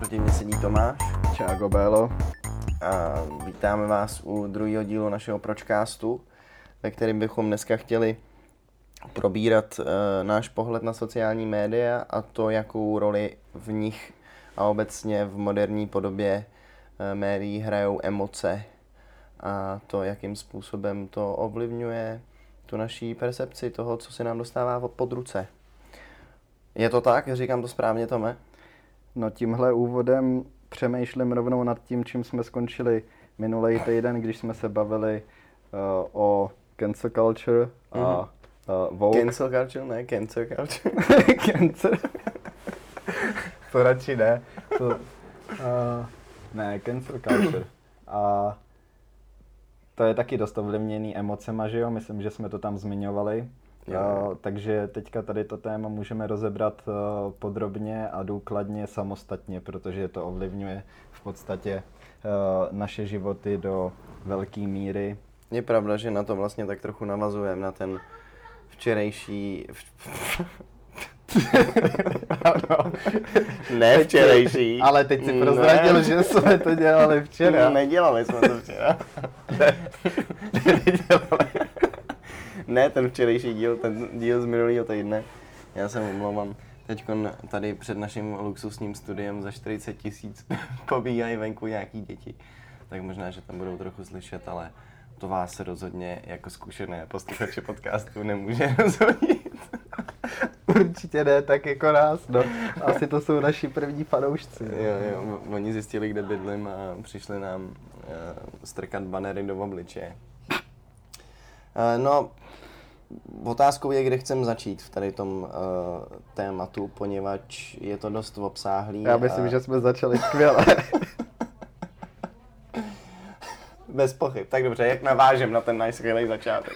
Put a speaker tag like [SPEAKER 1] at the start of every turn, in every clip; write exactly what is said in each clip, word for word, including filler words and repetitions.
[SPEAKER 1] naproti mě sedí Tomáš.
[SPEAKER 2] Čágo Bélo.
[SPEAKER 1] A vítáme vás u druhého dílu našeho Pročcastu, ve kterém bychom dneska chtěli probírat uh, náš pohled na sociální média a to, jakou roli v nich a obecně v moderní podobě uh, médií hrajou emoce a to, jakým způsobem to ovlivňuje tu naší percepci toho, co se nám dostává pod ruce. Je to tak? Říkám to správně, Tome?
[SPEAKER 2] No tímhle úvodem přemýšlím rovnou nad tím, čím jsme skončili minulý týden, když jsme se bavili uh, o cancel culture a
[SPEAKER 1] mm-hmm.
[SPEAKER 2] uh, Vogue.
[SPEAKER 1] Cancel culture, ne cancel culture.
[SPEAKER 2] Cancel. To radši ne. To, uh, ne, cancel culture. A to je taky dost ovlivněný emocema, že jo? Myslím, že jsme to tam zmiňovali. Uh, takže teďka tady to téma můžeme rozebrat uh, podrobně a důkladně samostatně, protože to ovlivňuje v podstatě uh, naše životy do velké míry.
[SPEAKER 1] Je pravda, že na to vlastně tak trochu navazujeme, na ten včerejší...
[SPEAKER 2] Ano.
[SPEAKER 1] Ne včerejší.
[SPEAKER 2] Ale teď si prozradil, ne. Že jsme to dělali včera.
[SPEAKER 1] Nedělali jsme to včera.
[SPEAKER 2] Ne, nedělali.
[SPEAKER 1] Ne, ten včerejší díl, ten díl z minulého týdne. Já se omlouvám. Teď tady před naším luxusním studiem za čtyřicet tisíc pobíhají venku nějaký děti. Tak možná, že tam budou trochu slyšet, ale to vás rozhodně jako zkušené posluchače podcastu nemůže rozhodnit.
[SPEAKER 2] Určitě ne, tak jako nás, no. Asi to jsou naši první fanoušci.
[SPEAKER 1] Jo, jo, oni zjistili, kde bydlím a přišli nám uh, strkat banery do obličeje. Uh, no, otázkou je, kde chcem začít v tady tom uh, tématu, poněvadž je to dost obsáhlý.
[SPEAKER 2] Já myslím, a... že jsme začali skvěle.
[SPEAKER 1] Bez pochyb. Tak dobře, jak navážem na ten náš skvělý začátek.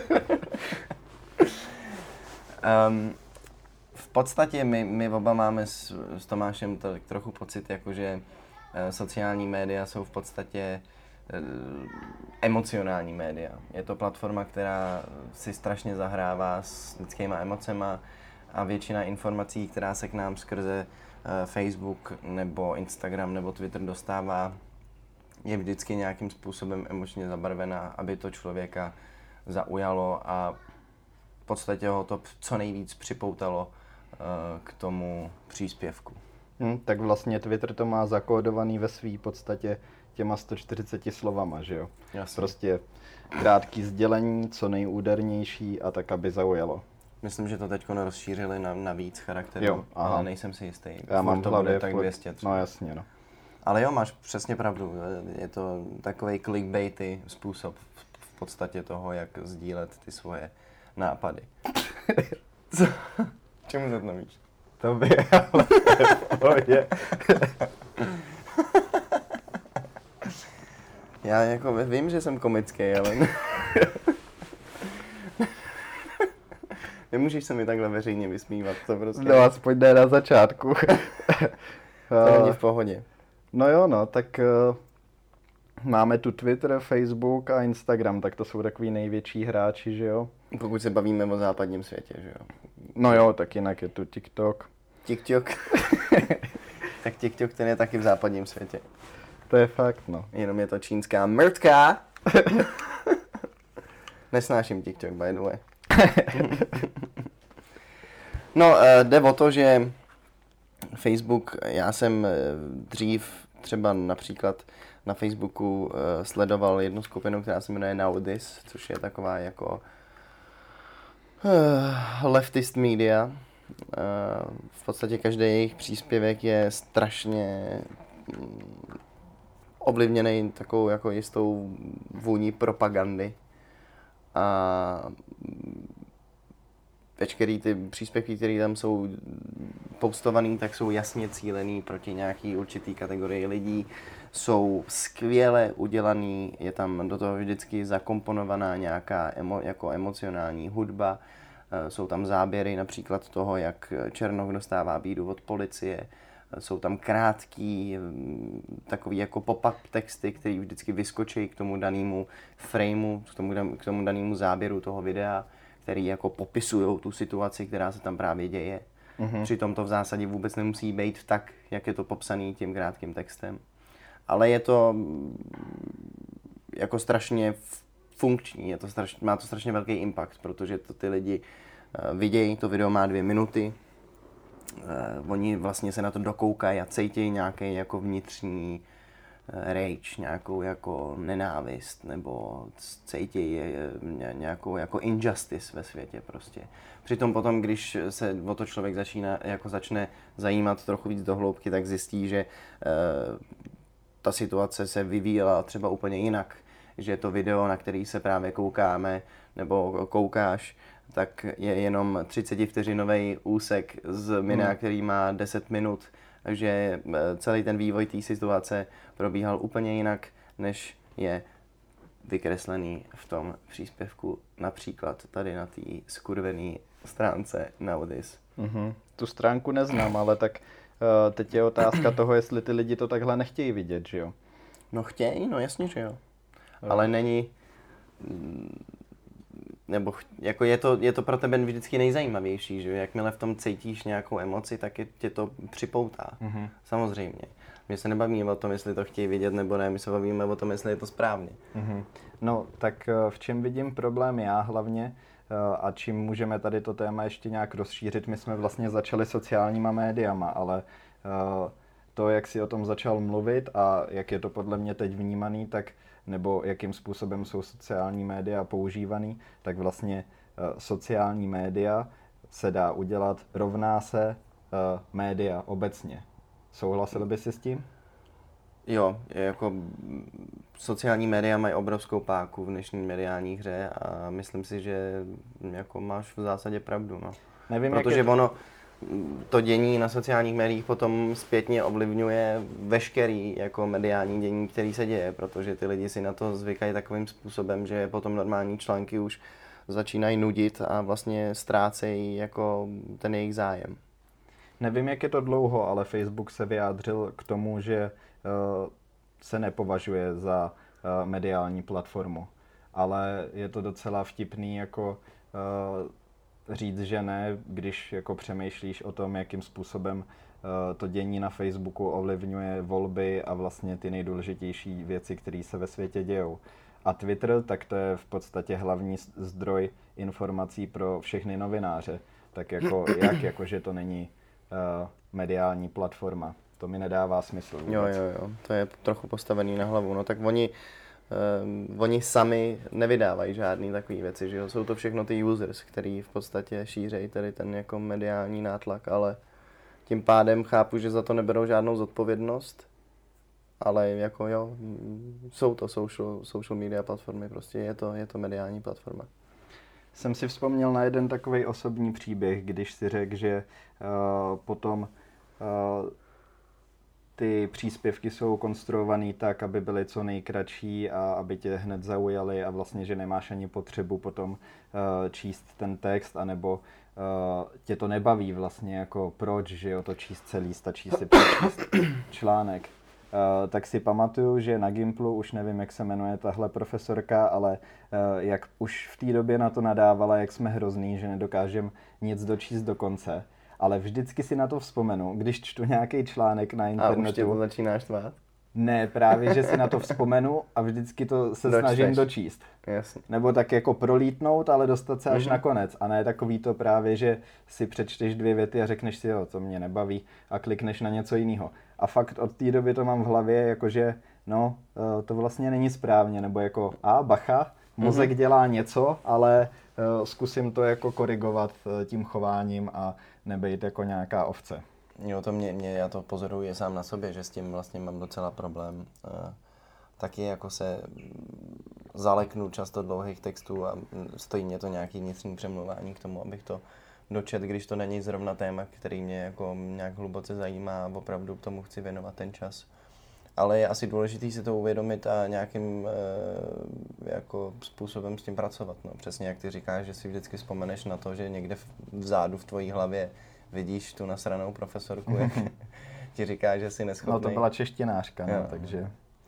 [SPEAKER 1] um, v podstatě my, my oba máme s, s Tomášem tak trochu pocit, jakože uh, sociální média jsou v podstatě emocionální média. Je to platforma, která si strašně zahrává s lidskýma emocema a většina informací, která se k nám skrze Facebook nebo Instagram nebo Twitter dostává, je vždycky nějakým způsobem emočně zabarvená, aby to člověka zaujalo a v podstatě ho to co nejvíc připoutalo k tomu příspěvku.
[SPEAKER 2] Hmm, tak vlastně Twitter to má zakódovaný ve své podstatě těma sto čtyřiceti slovama, že jo?
[SPEAKER 1] Jasně.
[SPEAKER 2] Prostě krátký sdělení, co nejúdernější a tak, aby zaujalo.
[SPEAKER 1] Myslím, že to teď rozšířili na, na víc charakterů,
[SPEAKER 2] jo,
[SPEAKER 1] ale nejsem si jistý.
[SPEAKER 2] Já mám
[SPEAKER 1] to
[SPEAKER 2] hlavě
[SPEAKER 1] bude tak dvě stě třeba.
[SPEAKER 2] No jasně, no.
[SPEAKER 1] Ale jo, máš přesně pravdu. Je to takovej clickbaity způsob v podstatě toho, jak sdílet ty svoje nápady. Co? Čemu se to víš?
[SPEAKER 2] To by ale v pohodě.
[SPEAKER 1] Já jako vím, že jsem komický, ale nemůžeš se mi takhle veřejně vysmívat, to prostě.
[SPEAKER 2] No aspoň ne na začátku.
[SPEAKER 1] To není v pohodě.
[SPEAKER 2] No jo, no, tak uh, máme tu Twitter, Facebook a Instagram, tak to jsou takový největší hráči, že jo?
[SPEAKER 1] Pokud se bavíme o západním světě, že jo?
[SPEAKER 2] No jo, tak jinak je tu TikTok.
[SPEAKER 1] TikTok? Tak TikTok ten je taky v západním světě.
[SPEAKER 2] To je fakt, no.
[SPEAKER 1] Jenom je to čínská mrtka. Nesnáším TikTok, by the way. No, jde o to, že Facebook, já jsem dřív třeba například na Facebooku sledoval jednu skupinu, která se jmenuje Now This, což je taková jako leftist media. V podstatě každý jejich příspěvek je strašně ovlivněný takovou jako jistou vůní propagandy a veškerý ty příspěvky, které tam jsou postovaný, tak jsou jasně cílený proti nějaký určitý kategorii lidí, jsou skvěle udělaný, je tam do toho vždycky zakomponovaná nějaká emo, jako emocionální hudba, jsou tam záběry například toho, jak Černoch dostává bídu od policie, jsou tam krátký, takový jako pop-up texty, které vždycky vyskočí k tomu danému frameu, k tomu, k tomu danému záběru toho videa, který jako popisují tu situaci, která se tam právě děje. Mm-hmm. Přitom to v zásadě vůbec nemusí být tak, jak je to popsaný tím krátkým textem. Ale je to jako strašně funkční, je to straš, má to strašně velký impact, protože to ty lidi uh, vidějí, to video má dvě minuty, uh, oni vlastně se na to dokoukají a cítějí nějaký jako vnitřní uh, rage, nějakou jako nenávist, nebo cítějí uh, nějakou jako injustice ve světě prostě. Přitom potom, když se o to člověk začíná, jako začne zajímat trochu víc do hloubky, tak zjistí, že uh, ta situace se vyvíjela třeba úplně jinak, že to video, na který se právě koukáme, nebo koukáš, tak je jenom třicetivteřinový úsek z videa, hmm. který má deset minut, takže celý ten vývoj té situace probíhal úplně jinak, než je vykreslený v tom příspěvku, například tady na té skurvené stránce Nowodis.
[SPEAKER 2] Mm-hmm. Tu stránku neznám, ale tak uh, teď je otázka toho, jestli ty lidi to takhle nechtějí vidět, že jo?
[SPEAKER 1] No chtějí, no jasně, že jo. Ale není, nebo jako je to, je to pro tebe vždycky nejzajímavější, že jakmile v tom cítíš nějakou emoci, tak je, tě to připoutá, mm-hmm. samozřejmě. My se nebavíme o tom, jestli to chtějí vidět nebo ne, my se bavíme o tom, jestli je to správně.
[SPEAKER 2] Mm-hmm. No, tak v čem vidím problém já hlavně a čím můžeme tady to téma ještě nějak rozšířit, my jsme vlastně začali sociálníma médiama, ale to, jak si o tom začal mluvit a jak je to podle mě teď vnímaný, tak nebo jakým způsobem jsou sociální média používaný, tak vlastně uh, sociální média se dá udělat rovná se uh, média obecně. Souhlasil by si s tím?
[SPEAKER 1] Jo, je jako sociální média mají obrovskou páku v dnešní mediální hře a myslím si, že jako máš v zásadě pravdu, no.
[SPEAKER 2] Nevím,
[SPEAKER 1] protože
[SPEAKER 2] jak je...
[SPEAKER 1] ono to dění na sociálních médiích potom zpětně ovlivňuje veškerý jako mediální dění, který se děje, protože ty lidi si na to zvykají takovým způsobem, že potom normální články už začínají nudit a vlastně ztrácejí jako ten jejich zájem.
[SPEAKER 2] Nevím, jak je to dlouho, ale Facebook se vyjádřil k tomu, že uh, se nepovažuje za uh, mediální platformu. Ale je to docela vtipný jako uh, říct, že ne, když jako přemýšlíš o tom, jakým způsobem uh, to dění na Facebooku ovlivňuje volby a vlastně ty nejdůležitější věci, které se ve světě dějou. A Twitter, tak to je v podstatě hlavní zdroj informací pro všechny novináře. Tak jako, jak, jako že to není uh, mediální platforma. To mi nedává smysl vůbec.
[SPEAKER 1] Jo, jo, jo, to je trochu postavený na hlavu. No tak oni Um, oni sami nevydávají žádný takový věci, že jo? Jsou to všechno ty users, který v podstatě šířejí tady ten jako mediální nátlak, ale tím pádem chápu, že za to neberou žádnou zodpovědnost, ale jako jo, jsou to social, social media platformy, prostě je to, je to mediální platforma.
[SPEAKER 2] Jsem si vzpomněl na jeden takový osobní příběh, když si řekl, že uh, potom uh, ty příspěvky jsou konstruované tak, aby byly co nejkratší a aby tě hned zaujaly a vlastně, že nemáš ani potřebu potom uh, číst ten text, anebo uh, tě to nebaví vlastně, jako proč, že jo, to číst celý, stačí si přečíst článek. Uh, tak si pamatuju, že na Gimplu, už nevím, jak se jmenuje tahle profesorka, ale uh, jak už v té době na to nadávala, jak jsme hrozný, že nedokážeme nic dočíst do konce. Ale vždycky si na to vzpomenu, když čtu nějaký článek na internetu.
[SPEAKER 1] A už tě to začínáš tvát?
[SPEAKER 2] Ne, právě, že si na to vzpomenu a vždycky to se Dočteš. snažím dočíst.
[SPEAKER 1] Jasně.
[SPEAKER 2] Nebo tak jako prolítnout, ale dostat se až mm-hmm. na konec. A ne takový to právě, že si přečteš dvě věty a řekneš si, jo, to mě nebaví a klikneš na něco jiného. A fakt od té doby to mám v hlavě, jakože no, to vlastně není správně, nebo jako a bacha, mozek mm-hmm. dělá něco, ale uh, zkusím to jako korigovat uh, tím chováním a nebejt jako nějaká ovce.
[SPEAKER 1] Jo, to mě, mě, já to pozoruji sám na sobě, že s tím vlastně mám docela problém. Uh, taky jako se zaleknu často dlouhých textů a stojí mě to nějaký vnitřní přemlouvání k tomu, abych to dočet, když to není zrovna téma, který mě jako nějak hluboce zajímá a opravdu tomu chci věnovat ten čas. Ale je asi důležité si to uvědomit a nějakým e, jako způsobem s tím pracovat. No. Přesně jak ty říkáš, že si vždycky vzpomeneš na to, že někde vzadu v tvojí hlavě vidíš tu nasranou profesorku, jak ti říká, že jsi neschopný.
[SPEAKER 2] No to byla češtinářka, no, takže...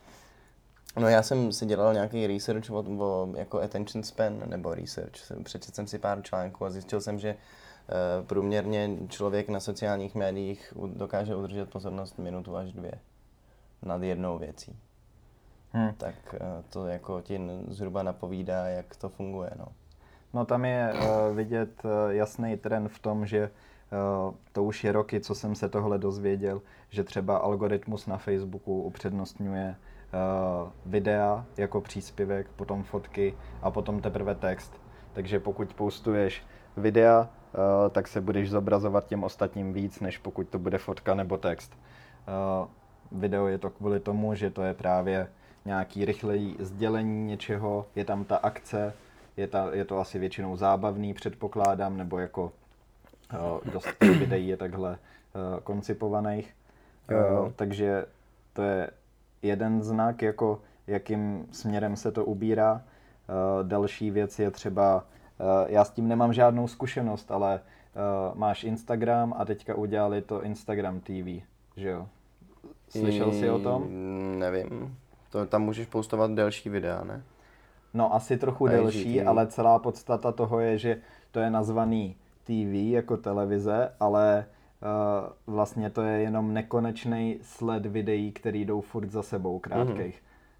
[SPEAKER 1] No já jsem si dělal nějaký research o, o jako attention span, nebo research. Přečetl jsem si pár článků a zjistil jsem, že průměrně člověk na sociálních médiích dokáže udržet pozornost minutu až dvě nad jednou věcí. Hmm. Tak to jako ti zhruba napovídá, jak to funguje. No,
[SPEAKER 2] no tam je uh, vidět uh, jasný trend v tom, že uh, to už je roky, co jsem se tohle dozvěděl, že třeba algoritmus na Facebooku upřednostňuje uh, videa jako příspěvek, potom fotky a potom teprve text. Takže pokud postuješ videa, uh, tak se budeš zobrazovat těm ostatním víc, než pokud to bude fotka nebo text. Uh, video je to kvůli tomu, že to je právě nějaký rychlej sdělení něčeho, je tam ta akce, je, ta, je to asi většinou zábavný, předpokládám, nebo jako uh, dost videí je takhle uh, koncipovaných. Uh, takže to je jeden znak, jako jakým směrem se to ubírá. Uh, další věc je třeba, uh, já s tím nemám žádnou zkušenost, ale uh, máš Instagram a teďka udělali to Instagram T V, že jo? Slyšel jsi o tom?
[SPEAKER 1] Nevím. To, tam můžeš postovat delší videa, ne?
[SPEAKER 2] No asi trochu delší, ale celá podstata toho je, že to je nazvaný T V jako televize, ale uh, vlastně to je jenom nekonečný sled videí, který jdou furt za sebou, krátkých.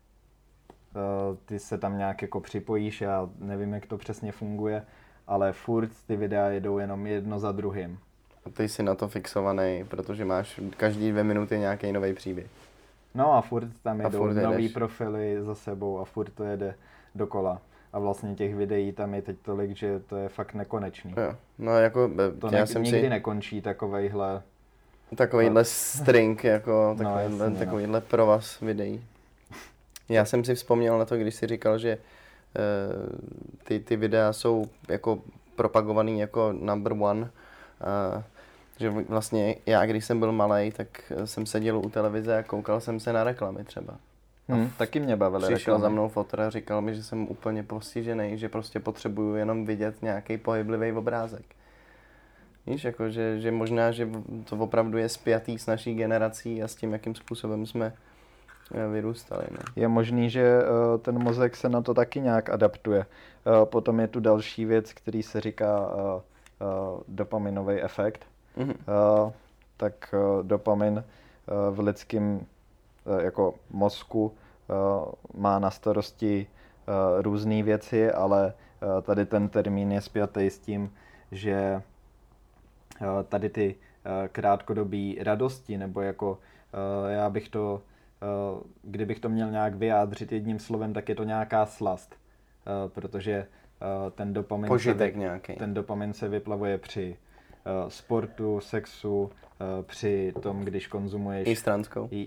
[SPEAKER 2] Mm-hmm. Uh, ty se tam nějak jako připojíš, já nevím, jak to přesně funguje, ale furt ty videa jedou jenom jedno za druhým.
[SPEAKER 1] A ty jsi na to fixovaný, protože máš každý dvě minuty nějaký nový příběh.
[SPEAKER 2] No a furt tam jedou furt nový profily za sebou a furt to jede dokola. A vlastně těch videí tam je teď tolik, že to je fakt nekonečný.
[SPEAKER 1] Jo. No jako,
[SPEAKER 2] to
[SPEAKER 1] já
[SPEAKER 2] ne,
[SPEAKER 1] jsem
[SPEAKER 2] nikdy
[SPEAKER 1] si...
[SPEAKER 2] nekončí takovejhle...
[SPEAKER 1] Takovýhle string, jako takovýhle,
[SPEAKER 2] no,
[SPEAKER 1] takovýhle no. provaz videí. Já jsem si vzpomněl na to, když jsi říkal, že uh, ty, ty videa jsou jako propagovaný jako number one. Uh, že vlastně já, když jsem byl malej, tak jsem seděl u televize a koukal jsem se na reklamy třeba.
[SPEAKER 2] Hmm, taky mě bavily reklamy.
[SPEAKER 1] Přišel za mnou fotr a říkal mi, že jsem úplně postižený, že prostě potřebuju jenom vidět nějaký pohyblivý obrázek. Víš, jako, že, že možná, že to opravdu je spjatý s naší generací a s tím, jakým způsobem jsme vyrůstali. Ne?
[SPEAKER 2] Je možný, že uh, ten mozek se na to taky nějak adaptuje. Uh, potom je tu další věc, který se říká uh, uh, dopaminový efekt. Mm-hmm. Uh, tak uh, dopamin uh, v lidském uh, jako mozku uh, má na starosti uh, různé věci, ale uh, tady ten termín je spjatý s tím, že uh, tady ty uh, krátkodobé radosti, nebo jako uh, já bych to, uh, kdybych to měl nějak vyjádřit jedním slovem, tak je to nějaká slast, uh, protože uh, ten dopamin,
[SPEAKER 1] Požitek
[SPEAKER 2] se,
[SPEAKER 1] nějaký.
[SPEAKER 2] ten dopamin se vyplavuje při Uh, sportu, sexu, uh, při tom, když konzumuješ...
[SPEAKER 1] I stranskou.
[SPEAKER 2] I...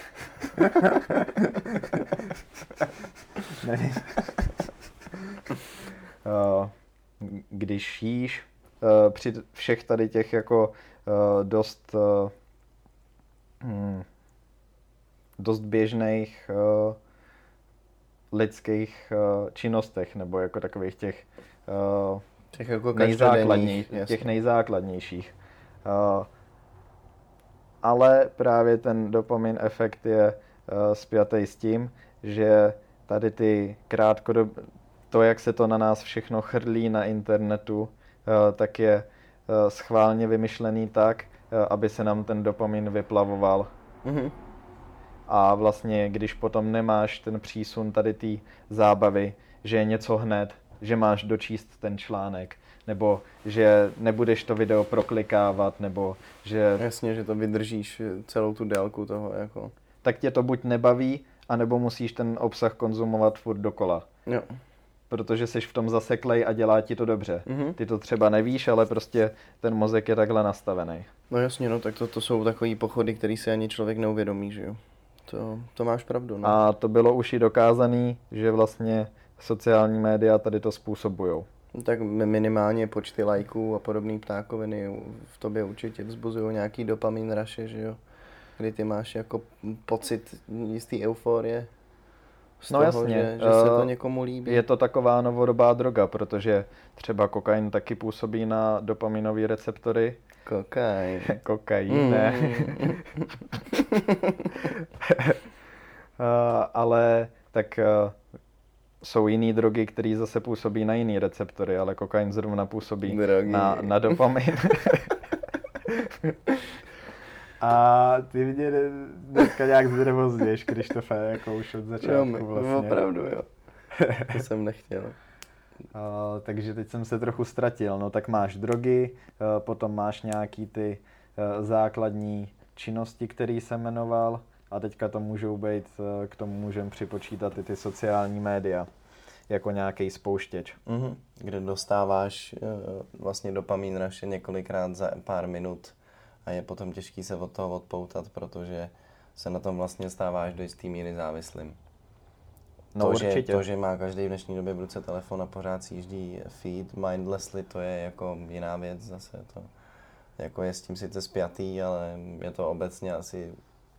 [SPEAKER 2] uh, když jíš, uh, při všech tady těch jako uh, dost uh, hmm, dost běžných uh, lidských uh, činnostech, nebo jako takových těch uh,
[SPEAKER 1] Těch, jako
[SPEAKER 2] nejzákladnější, těch nejzákladnějších. Uh, ale právě ten dopamin efekt je uh, spjatý s tím, že tady ty krátkodob... to, jak se to na nás všechno chrlí na internetu, uh, tak je uh, schválně vymyšlený tak, uh, aby se nám ten dopamin vyplavoval. Mm-hmm. A vlastně, když potom nemáš ten přísun tady té zábavy, že je něco hned, že máš dočíst ten článek, nebo že nebudeš to video proklikávat, nebo že...
[SPEAKER 1] Jasně, že to vydržíš celou tu délku toho, jako...
[SPEAKER 2] Tak tě to buď nebaví, anebo musíš ten obsah konzumovat furt dokola.
[SPEAKER 1] Jo.
[SPEAKER 2] Protože jsi v tom zaseklej a dělá ti to dobře. Mm-hmm. Ty to třeba nevíš, ale prostě ten mozek je takhle nastavený.
[SPEAKER 1] No jasně, no, tak to, to jsou takový pochody, který si ani člověk neuvědomí, že jo. To, to máš pravdu, no.
[SPEAKER 2] A to bylo už i dokázaný, že vlastně sociální média tady to způsobujou.
[SPEAKER 1] Tak minimálně počty lajků a podobné ptákoviny v tobě určitě vzbuzují nějaký dopamin raše, že jo? Kdy ty máš jako pocit jistý euforie z
[SPEAKER 2] no
[SPEAKER 1] toho,
[SPEAKER 2] jasně.
[SPEAKER 1] Že, že se to někomu líbí.
[SPEAKER 2] Je to taková novodobá droga, protože třeba kokain taky působí na dopaminové receptory.
[SPEAKER 1] Kokain.
[SPEAKER 2] Kokain, mm. ne. uh, ale tak uh, jsou jiné drogy, které zase působí na jiné receptory, ale kokain zrovna působí na, na dopamin. A ty mě dneska nějak znervozněš, Krištofe, jako už od začátku vlastně.
[SPEAKER 1] Opravdu, jo. To jsem nechtěl.
[SPEAKER 2] Uh, takže teď jsem se trochu ztratil. No tak máš drogy, uh, potom máš nějaký ty uh, základní činnosti, který jsem jmenoval, a teďka to můžou být, uh, k tomu můžeme připočítat i ty sociální média, jako nějaký spouštěč.
[SPEAKER 1] Mm-hmm. Kde dostáváš uh, vlastně dopamin naše několikrát za pár minut a je potom těžký se od toho odpoutat, protože se na tom vlastně stáváš do jistý míry závislým.
[SPEAKER 2] No,
[SPEAKER 1] to, že,
[SPEAKER 2] určitě.
[SPEAKER 1] to, že má každý v dnešní době v ruce telefon a pořád si jíždí feed mindlessly, to je jako jiná věc zase. To jako je s tím sice spjatý, ale je to obecně asi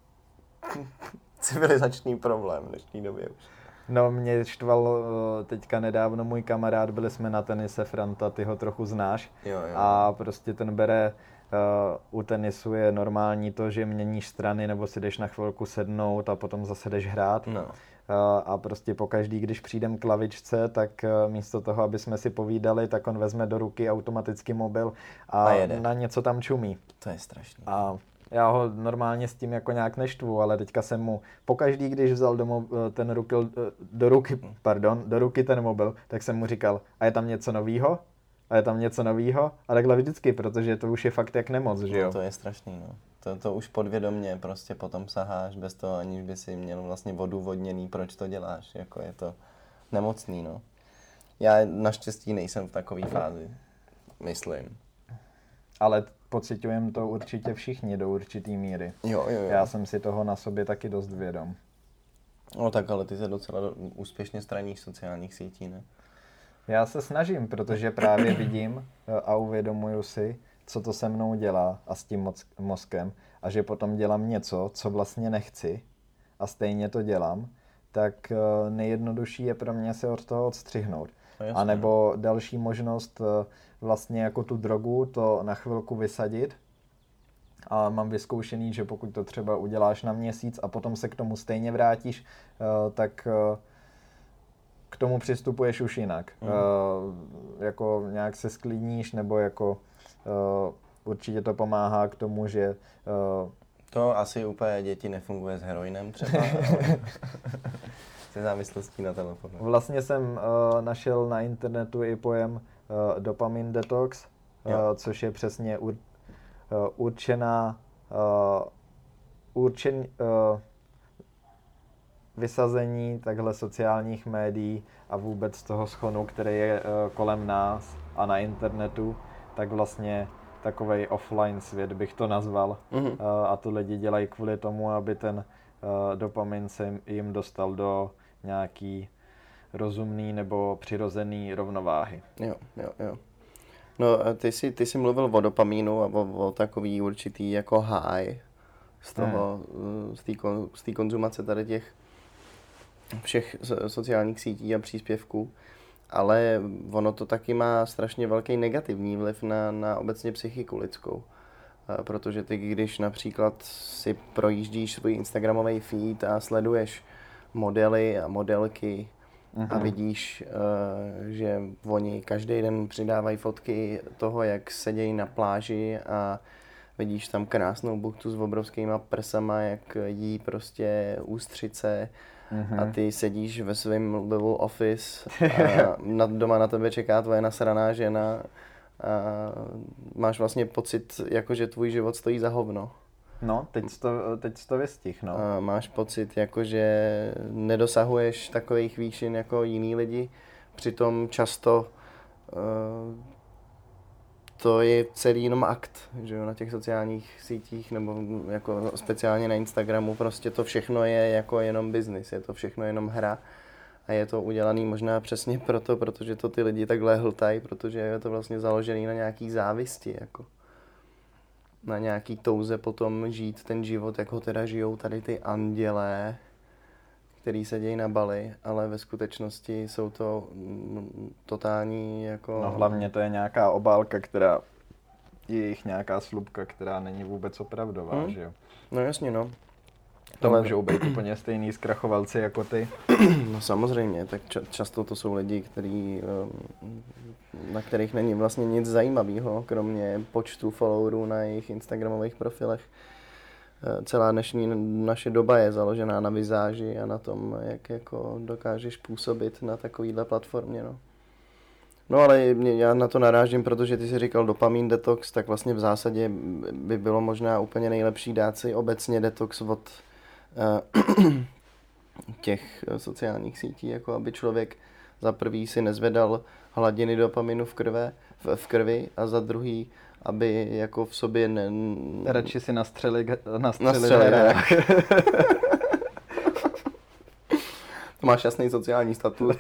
[SPEAKER 1] civilizační problém v dnešní době už.
[SPEAKER 2] No, mě štval teďka nedávno můj kamarád, byli jsme na tenise Franta, ty ho trochu znáš.
[SPEAKER 1] Jo, jo.
[SPEAKER 2] A prostě ten bere, uh, u tenisu je normální to, že měníš strany nebo si jdeš na chvilku sednout a potom zase jdeš hrát.
[SPEAKER 1] No.
[SPEAKER 2] A prostě pokaždý, když přijdem k lavičce, tak místo toho, aby jsme si povídali, tak on vezme do ruky automaticky mobil a,
[SPEAKER 1] a
[SPEAKER 2] na něco tam čumí.
[SPEAKER 1] To je strašný.
[SPEAKER 2] A já ho normálně s tím jako nějak neštvu, ale teďka jsem mu pokaždý, když vzal do, mo- ten ruky, do, ruky, pardon, do ruky ten mobil, tak jsem mu říkal, a je tam něco novýho? A je tam něco novýho? A takhle vždycky, protože to už je fakt jak nemoc, že jo?
[SPEAKER 1] No, to je strašný, no. To, to už podvědomě prostě potom saháš bez toho, aniž by si měl vlastně odůvodněný, proč to děláš. Jako je to nemocný, no. Já naštěstí nejsem v takové fázi, myslím.
[SPEAKER 2] Ale pociťujeme to určitě všichni do určitý míry.
[SPEAKER 1] Jo, jo, jo.
[SPEAKER 2] Já jsem si toho na sobě taky dost vědom.
[SPEAKER 1] No tak, ale ty se docela do, úspěšně straníš sociálních sítí, ne?
[SPEAKER 2] Já se snažím, protože právě vidím a uvědomuju si, co to se mnou dělá a s tím mozkem a že potom dělám něco, co vlastně nechci a stejně to dělám, tak nejjednodušší je pro mě se od toho odstřihnout. A nebo další možnost vlastně jako tu drogu to na chvilku vysadit a mám vyzkoušený, že pokud to třeba uděláš na měsíc a potom se k tomu stejně vrátíš, tak k tomu přistupuješ už jinak. Mm. Uh, jako nějak se sklidníš, nebo jako uh, určitě to pomáhá k tomu, že... Uh,
[SPEAKER 1] to asi úplně děti nefunguje s heroinem třeba, ale se závislostí na telefonu.
[SPEAKER 2] Vlastně jsem uh, našel na internetu i pojem uh, dopamin detox, uh, což je přesně ur, uh, určená uh, určen, uh, vysazení takhle sociálních médií a vůbec toho schonu, který je uh, kolem nás a na internetu, tak vlastně takovej offline svět bych to nazval. Mm-hmm. Uh, a to lidi dělají kvůli tomu, aby ten uh, dopamin se jim dostal do nějaký rozumný nebo přirozený rovnováhy.
[SPEAKER 1] Jo, jo, jo. No, ty jsi, ty jsi mluvil o dopamínu a o, o takový určitý jako high z toho, hmm. z té z té konzumace tady těch všech sociálních sítí a příspěvků, ale ono to taky má strašně velký negativní vliv na, na obecně psychiku lidskou. Protože ty, když například si projíždíš svůj instagramový feed a sleduješ modely a modelky uh-huh. a vidíš, že oni každý den přidávají fotky toho, jak sedějí na pláži a vidíš tam krásnou buchtu s obrovskýma prsama, jak jí prostě ústřice mm-hmm. a ty sedíš ve svém little office a nad, doma na tebe čeká tvoje nasraná žena a máš vlastně pocit, jako že tvůj život stojí za hovno.
[SPEAKER 2] No, teď jsi to, teď jsi to vystih, no.
[SPEAKER 1] A máš pocit, jako že nedosahuješ takových výšin jako jiný lidi, přitom často uh, to je celý jenom akt, že jo, na těch sociálních sítích nebo jako speciálně na Instagramu, prostě to všechno je jako jenom business, je to všechno jenom hra a je to udělaný možná přesně proto, protože to ty lidi takhle hltají, protože je to vlastně založený na nějaký závisti, jako na nějaký touze potom žít ten život, jak ho teda žijou tady ty andělé, který sedějí na Bali, ale ve skutečnosti jsou to totální jako...
[SPEAKER 2] No hlavně to je nějaká obálka, která je jejich nějaká slupka, která není vůbec opravdová, hmm. že jo?
[SPEAKER 1] No jasně, no.
[SPEAKER 2] To
[SPEAKER 1] Ale-
[SPEAKER 2] můžou být úplně stejný zkrachovalci jako ty.
[SPEAKER 1] No samozřejmě, tak ča- často to jsou lidi, který, um, na kterých není vlastně nic zajímavého, kromě počtu followerů na jejich instagramových profilech. Eh, Celá dnešní naše doba je založená na vizáži a na tom, jak jako dokážeš působit na takovýhle platformě. No. No ale mě- já na to narážím, protože ty jsi říkal dopamin detox, tak vlastně v zásadě by bylo možná úplně nejlepší dát si obecně detox od eh, těch eh, sociálních sítí, jako aby člověk za prvý si nezvedal hladiny dopaminu v, krve, v, v krvi a za druhý, aby jako v sobě ne,
[SPEAKER 2] Radši si nastřeli, nastřeli,
[SPEAKER 1] nastřelil.
[SPEAKER 2] hrách.
[SPEAKER 1] To máš jasný sociální status.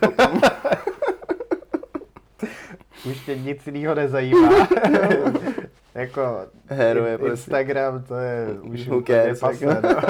[SPEAKER 2] Už tě nic jiného nezajímá. Jako
[SPEAKER 1] Hero je
[SPEAKER 2] in-
[SPEAKER 1] prostě-
[SPEAKER 2] Instagram, to je už
[SPEAKER 1] Who
[SPEAKER 2] úplně
[SPEAKER 1] cares,
[SPEAKER 2] pasé,
[SPEAKER 1] jako.
[SPEAKER 2] no.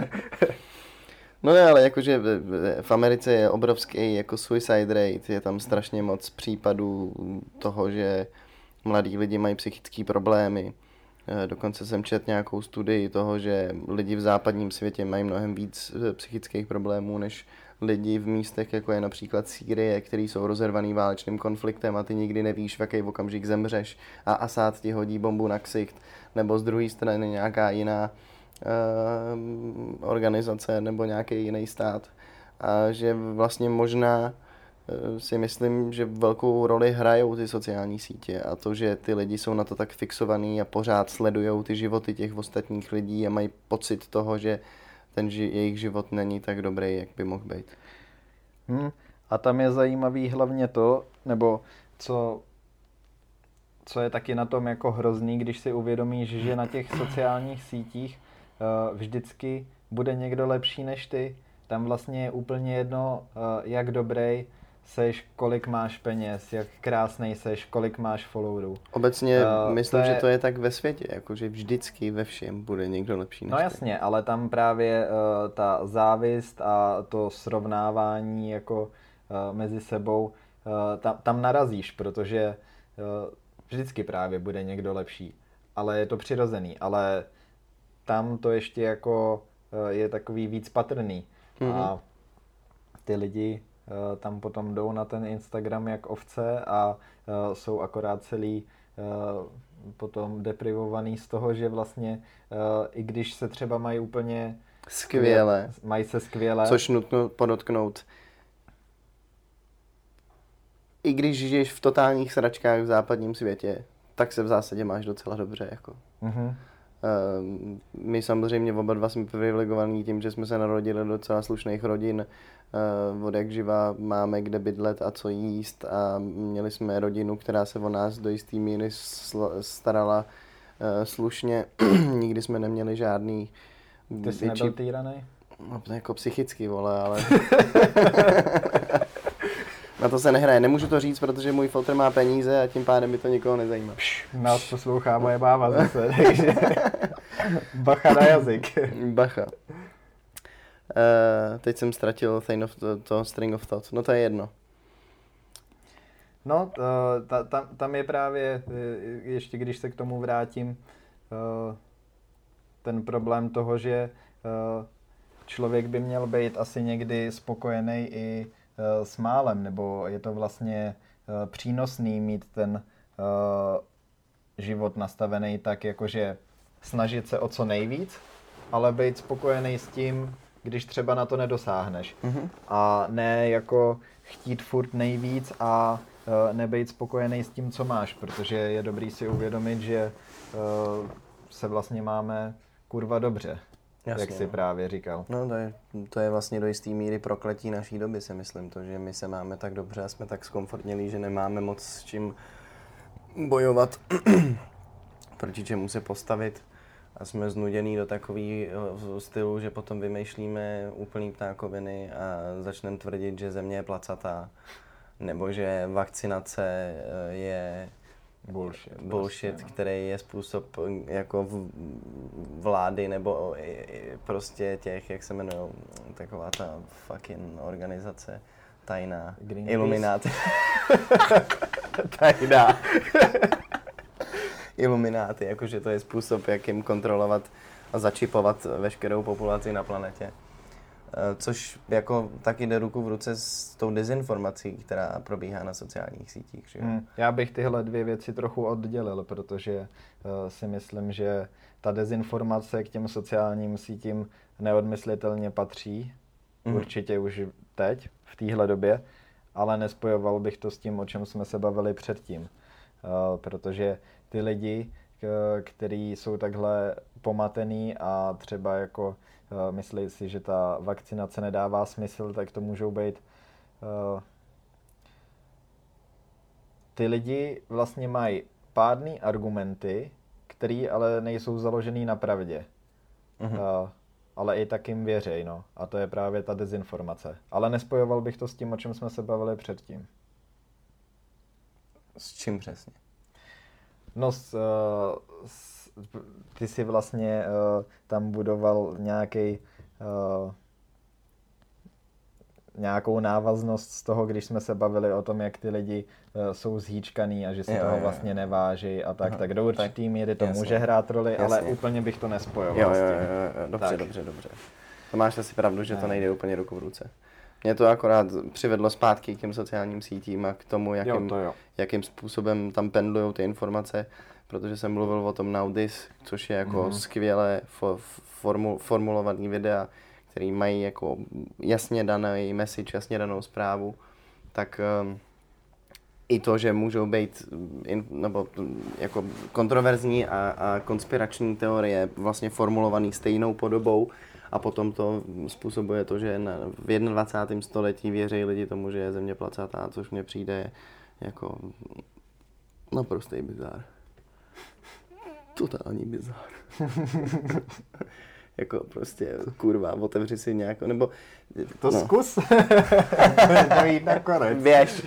[SPEAKER 1] No ne, ale jakože v- v- v Americe je obrovský jako suicide rate, je tam strašně moc případů toho, že mladí lidi mají psychické problémy. Eh, Dokonce jsem četl nějakou studii toho, že lidi v západním světě mají mnohem víc eh, psychických problémů než lidi v místech, jako je například Sýrie, který jsou rozervaný válečným konfliktem a ty nikdy nevíš, v jaký okamžik zemřeš a Asad ti hodí bombu na ksicht, nebo z druhé strany nějaká jiná uh, organizace nebo nějaký jiný stát. A že vlastně možná uh, si myslím, že velkou roli hrajou ty sociální sítě a to, že ty lidi jsou na to tak fixovaný a pořád sledujou ty životy těch ostatních lidí a mají pocit toho, že ten ži- jejich život není tak dobrý, jak by mohl být.
[SPEAKER 2] Hm. A tam je zajímavý hlavně to, nebo co, co je taky na tom jako hrozný, když si uvědomíš, že na těch sociálních sítích uh, vždycky bude někdo lepší než ty. Tam vlastně je úplně jedno, uh, jak dobrý seš, kolik máš peněz, jak krásnej seš, kolik máš followerů.
[SPEAKER 1] Obecně
[SPEAKER 2] Uh,
[SPEAKER 1] myslím,
[SPEAKER 2] to je-
[SPEAKER 1] že to je tak ve světě, jakože vždycky ve všem bude někdo lepší než
[SPEAKER 2] No
[SPEAKER 1] ty.
[SPEAKER 2] jasně, ale tam právě uh, ta závist a to srovnávání jako uh, mezi sebou, uh, tam, tam narazíš, protože uh, vždycky právě bude někdo lepší, ale je to přirozený, ale tam to ještě jako uh, je takový víc patrný
[SPEAKER 1] Mhm.
[SPEAKER 2] a ty lidi uh, tam potom jdou na ten Instagram jak ovce a uh, jsou akorát celý uh, potom deprivovaný z toho, že vlastně uh, i když se třeba mají úplně
[SPEAKER 1] Skvěle.
[SPEAKER 2] mají se skvěle,
[SPEAKER 1] Což nutno podotknout. I když žiješ v totálních sračkách v západním světě, tak se v zásadě máš docela dobře. Jako.
[SPEAKER 2] Mhm.
[SPEAKER 1] Ehm, My samozřejmě oba dva jsme privilegovaní tím, že jsme se narodili do docela slušných rodin. Ehm, Od jak živa máme kde bydlet a co jíst a měli jsme rodinu, která se o nás do jistý míry sl- starala eh, slušně. Nikdy jsme neměli žádný
[SPEAKER 2] Ty jsi
[SPEAKER 1] větší-
[SPEAKER 2] nebyl týranej?
[SPEAKER 1] No, jako psychicky, vole, ale... Na to se nehraje. Nemůžu to říct, protože můj fotr má peníze a tím pádem mi to nikoho nezajímá.
[SPEAKER 2] Nás poslouchá moje máma zase, takže bacha na jazyk.
[SPEAKER 1] Bacha. Uh, teď jsem ztratil thing of to, to string of thought. No to je jedno.
[SPEAKER 2] No, eh, ta, tam, tam je právě, eh, ještě když se k tomu vrátím, eh, ten problém toho, že eh, člověk by měl být asi někdy spokojený i eh, s málem, nebo je to vlastně eh, přínosný mít ten eh, život nastavený tak, jakože snažit se o co nejvíc, ale být spokojený s tím, když třeba na to nedosáhneš.
[SPEAKER 1] Mhm.
[SPEAKER 2] A ne jako chtít furt nejvíc a uh, nebejt spokojený s tím, co máš, protože je dobrý si uvědomit, že uh, se vlastně máme kurva dobře,
[SPEAKER 1] Jasně,
[SPEAKER 2] jak jsi
[SPEAKER 1] no.
[SPEAKER 2] právě říkal.
[SPEAKER 1] No to je, to je vlastně do jisté míry prokletí naší doby, si myslím. To, že my se máme tak dobře a jsme tak zkomfortnělí, že nemáme moc s čím bojovat, proti čemu se postavit. A jsme znuděný do takového stylu, že potom vymýšlíme úplný ptákoviny a začneme tvrdit, že země je placatá. Nebo že vakcinace eh, je
[SPEAKER 2] Bullshit.
[SPEAKER 1] bullshit,
[SPEAKER 2] prostě, no.
[SPEAKER 1] který je způsob eh, jako v, vlády nebo i, i prostě těch, jak se jmenují, taková ta fucking organizace tajná.
[SPEAKER 2] Greenpeace?
[SPEAKER 1] Illuminati.
[SPEAKER 2] Tajná.
[SPEAKER 1] Ilumináty, jakože to je způsob, jak jim kontrolovat a začipovat veškerou populaci na planetě. Což jako taky jde ruku v ruce s tou dezinformací, která probíhá na sociálních sítích. Že?
[SPEAKER 2] Hmm. Já bych tyhle dvě věci trochu oddělil, protože uh, si myslím, že ta dezinformace k těm sociálním sítím neodmyslitelně patří. Hmm. Určitě už teď, v téhle době, ale nespojoval bych to s tím, o čem jsme se bavili předtím. Uh, protože ty lidi, k- kteří jsou takhle pomatený a třeba jako uh, myslí si, že ta vakcinace nedává smysl, tak to můžou být uh, ty lidi vlastně mají pádný argumenty, které ale nejsou založený na pravdě. Uh-huh. Uh, ale i tak jim věřej, no. A to je právě ta dezinformace. Ale nespojoval bych to s tím, o čem jsme se bavili předtím.
[SPEAKER 1] S čím přesně?
[SPEAKER 2] No, s, uh, s, ty si vlastně uh, tam budoval nějaký uh, nějakou návaznost z toho, když jsme se bavili o tom, jak ty lidi uh, jsou zhýčkaný a že si jo, toho jo, vlastně neváží a tak, Aha, tak do určitý míry to jasně. může hrát roli, jasně. ale úplně bych to nespojoval
[SPEAKER 1] jo,
[SPEAKER 2] s tím.
[SPEAKER 1] Jo, jo, jo, dobře, tak. dobře, dobře. To máš asi pravdu, že ne. to nejde úplně ruku v ruce. Mě to akorát přivedlo zpátky k těm sociálním sítím a k tomu, jakým,
[SPEAKER 2] jo, jo.
[SPEAKER 1] jakým způsobem tam pendlujou ty informace, protože jsem mluvil o tom Now This, což je jako mm-hmm. skvěle fo- formu- formulovaný videa, který mají jako jasně daný message, jasně danou zprávu, tak um, i to, že můžou být in, nebo jako kontroverzní a, a konspirační teorie vlastně formulovaný stejnou podobou a potom to způsobuje to, že na, v dvacátém prvním století věří lidi tomu, že je země placatá, což mně přijde jako naprostý bizár. Totální bizár. Jako prostě, kurva, otevři si nějak, nebo...
[SPEAKER 2] To no. zkus. To jít nakonec.
[SPEAKER 1] Běž.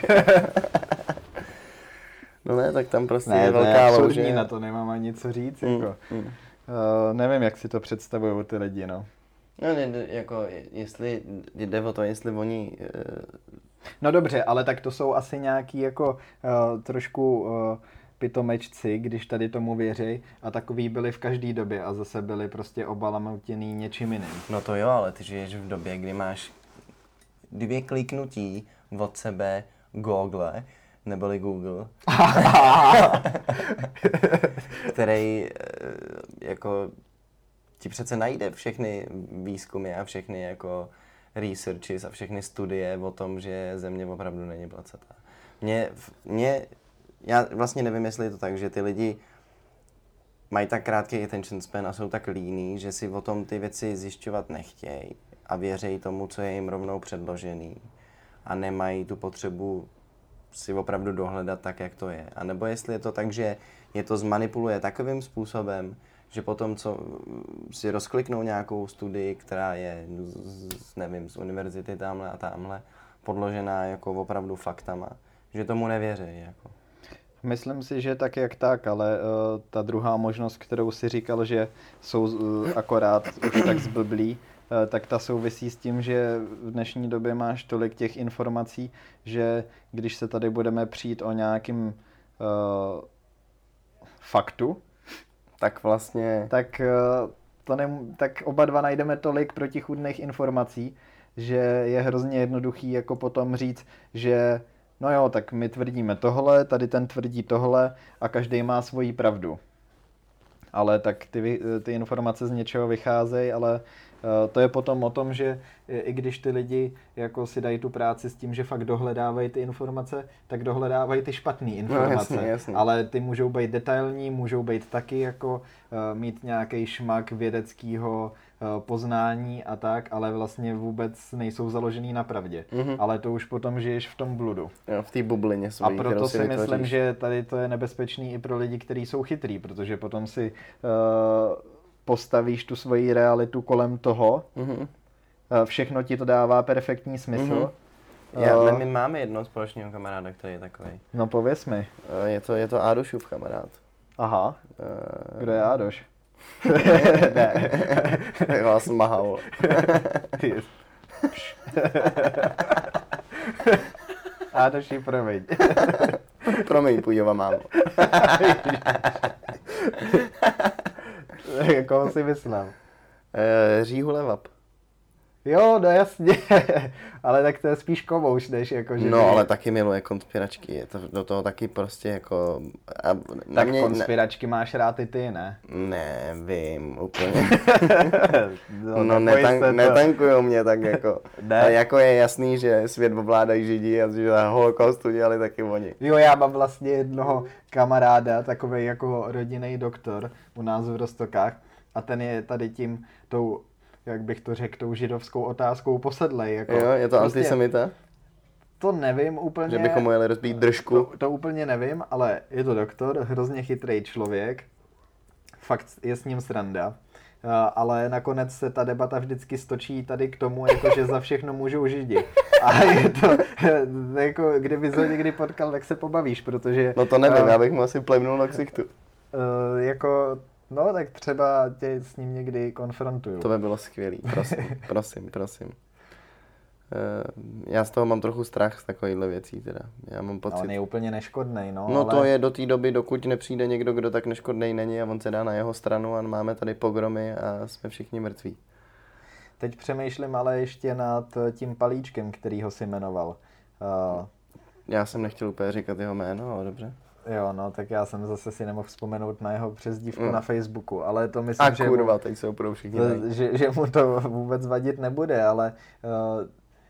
[SPEAKER 1] No ne, tak tam prostě
[SPEAKER 2] ne,
[SPEAKER 1] je velká
[SPEAKER 2] louže.
[SPEAKER 1] Ne,
[SPEAKER 2] na to nemám ani co říct,
[SPEAKER 1] mm,
[SPEAKER 2] jako.
[SPEAKER 1] Mm.
[SPEAKER 2] Uh, nevím, jak si to představují ty lidi, no.
[SPEAKER 1] No ne, jako, jestli jde o to, jestli oni... Uh...
[SPEAKER 2] No dobře, ale tak to jsou asi nějaký jako uh, trošku... Uh, pitomečci, když tady tomu věří, a takový byli v každé době a zase byli prostě obalamoutěný něčím jiným.
[SPEAKER 1] No to jo, ale ty žiješ v době, kdy máš dvě kliknutí od sebe Google, neboli Google, který jako ti přece najde všechny výzkumy a všechny jako researches a všechny studie o tom, že země opravdu není placatá. Mě, mě Já vlastně nevím, jestli je to tak, že ty lidi mají tak krátký attention span a jsou tak líní, že si o tom ty věci zjišťovat nechtějí a věří tomu, co je jim rovnou předložený a nemají tu potřebu si opravdu dohledat tak, jak to je. A nebo jestli je to tak, že je to zmanipuluje takovým způsobem, že potom, co si rozkliknou nějakou studii, která je, z, nevím, z univerzity tamhle a tamhle, podložená jako opravdu faktama, že tomu nevěří, jako.
[SPEAKER 2] Myslím si, že tak jak tak, ale uh, ta druhá možnost, kterou si říkal, že jsou uh, akorát už tak zblblí, uh, tak ta souvisí s tím, že v dnešní době máš tolik těch informací, že když se tady budeme přijít o nějakým uh, faktu,
[SPEAKER 1] tak vlastně...
[SPEAKER 2] Tak, uh, to nem, tak oba dva najdeme tolik protichůdných informací, že je hrozně jednoduchý jako potom říct, že no jo, tak my tvrdíme tohle, tady ten tvrdí tohle a každý má svoji pravdu. Ale tak ty, ty informace z něčeho vycházejí, ale uh, to je potom o tom, že i když ty lidi jako si dají tu práci s tím, že fakt dohledávají ty informace, tak dohledávají ty špatné informace.
[SPEAKER 1] No, jasně, jasně.
[SPEAKER 2] Ale ty můžou být detailní, můžou být taky jako uh, mít nějaký šmak vědeckého uh, poznání a tak, ale vlastně vůbec nejsou založený na pravdě. Mm-hmm. Ale to už potom žiješ v tom bludu.
[SPEAKER 1] Jo, v té bublině svojí,
[SPEAKER 2] a proto si
[SPEAKER 1] vytvoříš.
[SPEAKER 2] myslím, že tady to je nebezpečný i pro lidi, kteří jsou chytrý, protože potom si uh, postavíš tu svoji realitu kolem toho, mm-hmm. uh, všechno ti to dává perfektní smysl. Mm-hmm.
[SPEAKER 1] Já,
[SPEAKER 2] uh,
[SPEAKER 1] my máme jednoho společného kamaráda, který je takový.
[SPEAKER 2] No pověz mi.
[SPEAKER 1] Uh, je to, je to Ádošův kamarád.
[SPEAKER 2] Aha, uh, kdo je Ádoš?
[SPEAKER 1] Ne, já vás mahal.
[SPEAKER 2] Ádoši, promiň.
[SPEAKER 1] Promiň, půjďova mámo.
[SPEAKER 2] koho si myslel?
[SPEAKER 1] E, Říhu Levap.
[SPEAKER 2] Jo, no jasně, ale tak to je spíš komouš, než jako, že...
[SPEAKER 1] No,
[SPEAKER 2] by...
[SPEAKER 1] ale taky miluje konspiračky, je to do toho taky prostě jako... A na
[SPEAKER 2] tak
[SPEAKER 1] mě,
[SPEAKER 2] konspiračky ne... máš rád i ty, ne?
[SPEAKER 1] Ne, vím, úplně.
[SPEAKER 2] no,
[SPEAKER 1] no netank,
[SPEAKER 2] to...
[SPEAKER 1] netankujou mě tak jako.
[SPEAKER 2] Ne.
[SPEAKER 1] A jako je jasný, že svět ovládají Židi a že holokaust udělali taky oni.
[SPEAKER 2] Jo, já mám vlastně jednoho kamaráda, takovej jako rodinný doktor u nás v Roztokách a ten je tady tím, tou, jak bych to řekl, tou židovskou otázkou posedlej. Jako.
[SPEAKER 1] Jo, je to
[SPEAKER 2] prostě,
[SPEAKER 1] antisemita?
[SPEAKER 2] To nevím úplně.
[SPEAKER 1] Že bychom mu jeli rozbít držku?
[SPEAKER 2] To, to úplně nevím, ale je to doktor, hrozně chytrý člověk. Fakt je s ním sranda. Ale nakonec se ta debata vždycky stočí tady k tomu, jako, že za všechno můžou Židi. A je to, jako, kdyby ho někdy potkal, tak se pobavíš, protože...
[SPEAKER 1] No to nevím, uh, já bych mu asi plemnul na ksichtu.
[SPEAKER 2] Uh, jako, no tak třeba tě s ním někdy konfrontuju.
[SPEAKER 1] To by bylo skvělý, prosím, prosím, prosím. Uh, já z toho mám trochu strach z takovýchhle věcí teda. Já mám pocit...
[SPEAKER 2] No, on je úplně neškodnej, no.
[SPEAKER 1] No
[SPEAKER 2] ale...
[SPEAKER 1] to je do té doby, dokud nepřijde někdo, kdo tak neškodnej není a on se dá na jeho stranu a máme tady pogromy a jsme všichni mrtví.
[SPEAKER 2] Teď přemýšlím ale ještě nad tím palíčkem, který ho si jmenoval. Uh...
[SPEAKER 1] Já jsem nechtěl úplně říkat jeho jméno, ale dobře.
[SPEAKER 2] Jo, no, tak já jsem zase si nemohl vzpomenout na jeho přezdívku mm. na Facebooku, ale to myslím,
[SPEAKER 1] a
[SPEAKER 2] že,
[SPEAKER 1] kurva,
[SPEAKER 2] mu,
[SPEAKER 1] teď se opravdu všichni
[SPEAKER 2] to, že, že mu to vůbec vadit nebude, ale uh,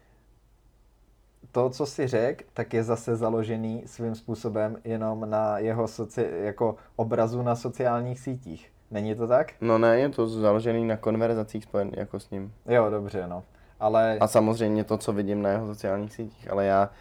[SPEAKER 2] to, co si řekl, tak je zase založený svým způsobem jenom na jeho soci, jako obrazu na sociálních sítích. Není to tak?
[SPEAKER 1] No ne, je to založený na konverzacích spojen jako s ním.
[SPEAKER 2] Jo, dobře, no. Ale...
[SPEAKER 1] A samozřejmě to, co vidím na jeho sociálních sítích, ale já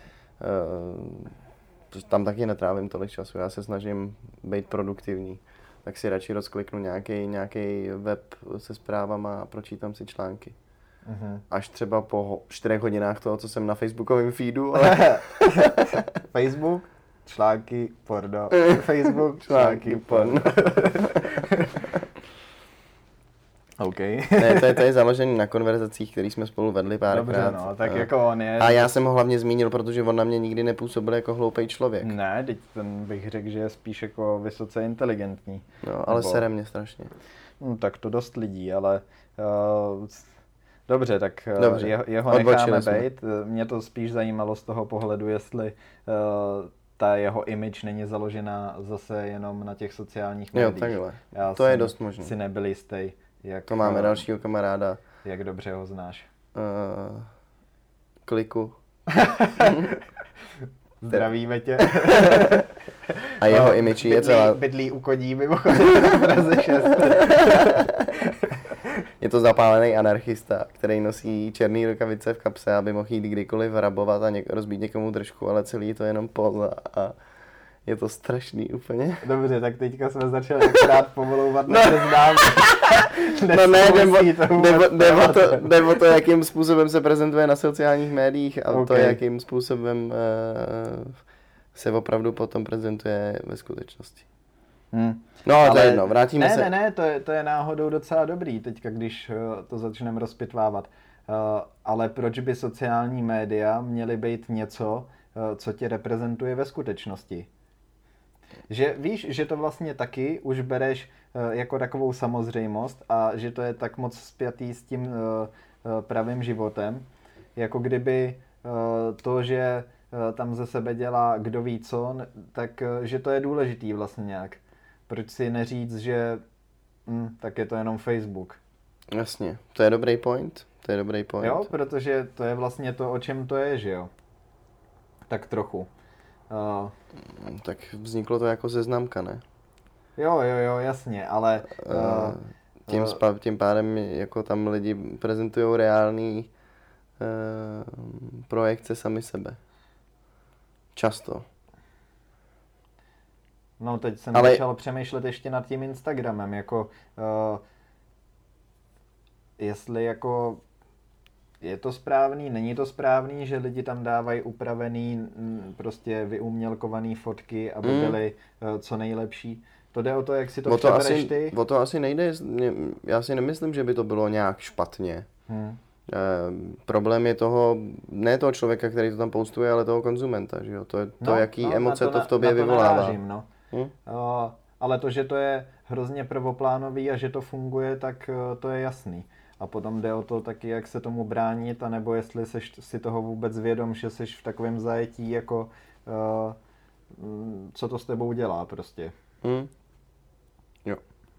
[SPEAKER 1] uh, tam taky netrávím tolik času, já se snažím být produktivní. Tak si radši rozkliknu nějaký nějaký web se zprávama a pročítám si články. Mm-hmm. Až třeba po čtyřech hodinách toho, co jsem na facebookovém feedu, ale...
[SPEAKER 2] Facebook, články, porno. Facebook, články, porno. OK.
[SPEAKER 1] Ne, to je, to je založený na konverzacích, které jsme spolu vedli párkrát.
[SPEAKER 2] Dobře, no, tak jako on je...
[SPEAKER 1] A já jsem ho hlavně zmínil, protože on na mě nikdy nepůsobil jako hloupej člověk.
[SPEAKER 2] Ne, teď ten bych řekl, že je spíš jako vysoce inteligentní.
[SPEAKER 1] No, ale
[SPEAKER 2] Nebo...
[SPEAKER 1] sere mě strašně.
[SPEAKER 2] No, tak to dost lidí, ale... Uh, dobře, tak
[SPEAKER 1] Dobře.
[SPEAKER 2] jeho, jeho necháme být. Mě to spíš zajímalo z toho pohledu, jestli uh, ta jeho image není založená zase jenom na těch sociálních médiích.
[SPEAKER 1] Jo, takhle.
[SPEAKER 2] Já
[SPEAKER 1] to je dost možné.
[SPEAKER 2] Si nebyl jistý, jak...
[SPEAKER 1] To máme dalšího kamaráda.
[SPEAKER 2] Jak dobře ho znáš.
[SPEAKER 1] Uh, kliku.
[SPEAKER 2] Zdravíme tě.
[SPEAKER 1] A jeho no, image je celá...
[SPEAKER 2] Bydlí u Koní mimochodem na Praze šest.
[SPEAKER 1] Je to zapálený anarchista, který nosí černý rukavice v kapse, aby mohl jít kdykoliv rabovat a něk- rozbít někomu držku, ale celý to jenom poza a je to strašný úplně.
[SPEAKER 2] Dobře, tak teďka jsme začali akorát povolouvat no. naše známé.
[SPEAKER 1] No ne, nebo to, nebo to, jakým způsobem se prezentuje na sociálních médiích a okay. to, jakým způsobem uh, se opravdu potom prezentuje ve skutečnosti. Hmm. No, ale to je jedno, vrátíme
[SPEAKER 2] ne,
[SPEAKER 1] se.
[SPEAKER 2] Ne, ne, to je, to je náhodou docela dobrý, teďka, když uh, to začneme rozpitvávat. Uh, ale proč by sociální média měly být něco, uh, co tě reprezentuje ve skutečnosti? Že víš, že to vlastně taky už bereš uh, jako takovou samozřejmost a že to je tak moc spjatý s tím uh, uh, pravým životem, jako kdyby uh, to, že uh, tam ze sebe dělá kdo ví co, tak uh, že to je důležitý vlastně nějak. Proč si neříct, že hm, tak je to jenom Facebook?
[SPEAKER 1] Jasně, to je dobrý point, to je dobrý point.
[SPEAKER 2] Jo, protože to je vlastně to, o čem to je, že jo? Tak trochu. Uh,
[SPEAKER 1] tak vzniklo to jako seznamka, ne?
[SPEAKER 2] Jo, jo, jo, jasně, ale...
[SPEAKER 1] Uh, tím, uh, spa, tím pádem jako tam lidi prezentují reální uh, projekce sami sebe. Často.
[SPEAKER 2] No teď jsem ale... začal přemýšlet ještě nad tím Instagramem, jako uh, jestli jako je to správný, není to správný, že lidi tam dávají upravený, m, prostě vyumělkovaný fotky, aby mm. byly uh, co nejlepší. To jde o to, jak si to,
[SPEAKER 1] to
[SPEAKER 2] přebereš
[SPEAKER 1] asi,
[SPEAKER 2] ty?
[SPEAKER 1] O to asi nejde, já si nemyslím, že by to bylo nějak špatně. Hmm. Eh, problém je toho, ne toho člověka, který to tam postuje, ale toho konzumenta, že jo? To je to,
[SPEAKER 2] no,
[SPEAKER 1] jaký
[SPEAKER 2] no,
[SPEAKER 1] emoce
[SPEAKER 2] to,
[SPEAKER 1] to v
[SPEAKER 2] na,
[SPEAKER 1] tobě
[SPEAKER 2] na to
[SPEAKER 1] vyvolává.
[SPEAKER 2] Narážím, no. hmm? uh, ale to, že to je hrozně prvoplánový a že to funguje, tak to je jasný. A potom jde o to taky, jak se tomu bránit, anebo jestli seš si toho vůbec vědom, že jsi v takovém zajetí, jako uh, co to s tebou dělá prostě.
[SPEAKER 1] Hmm. Jo.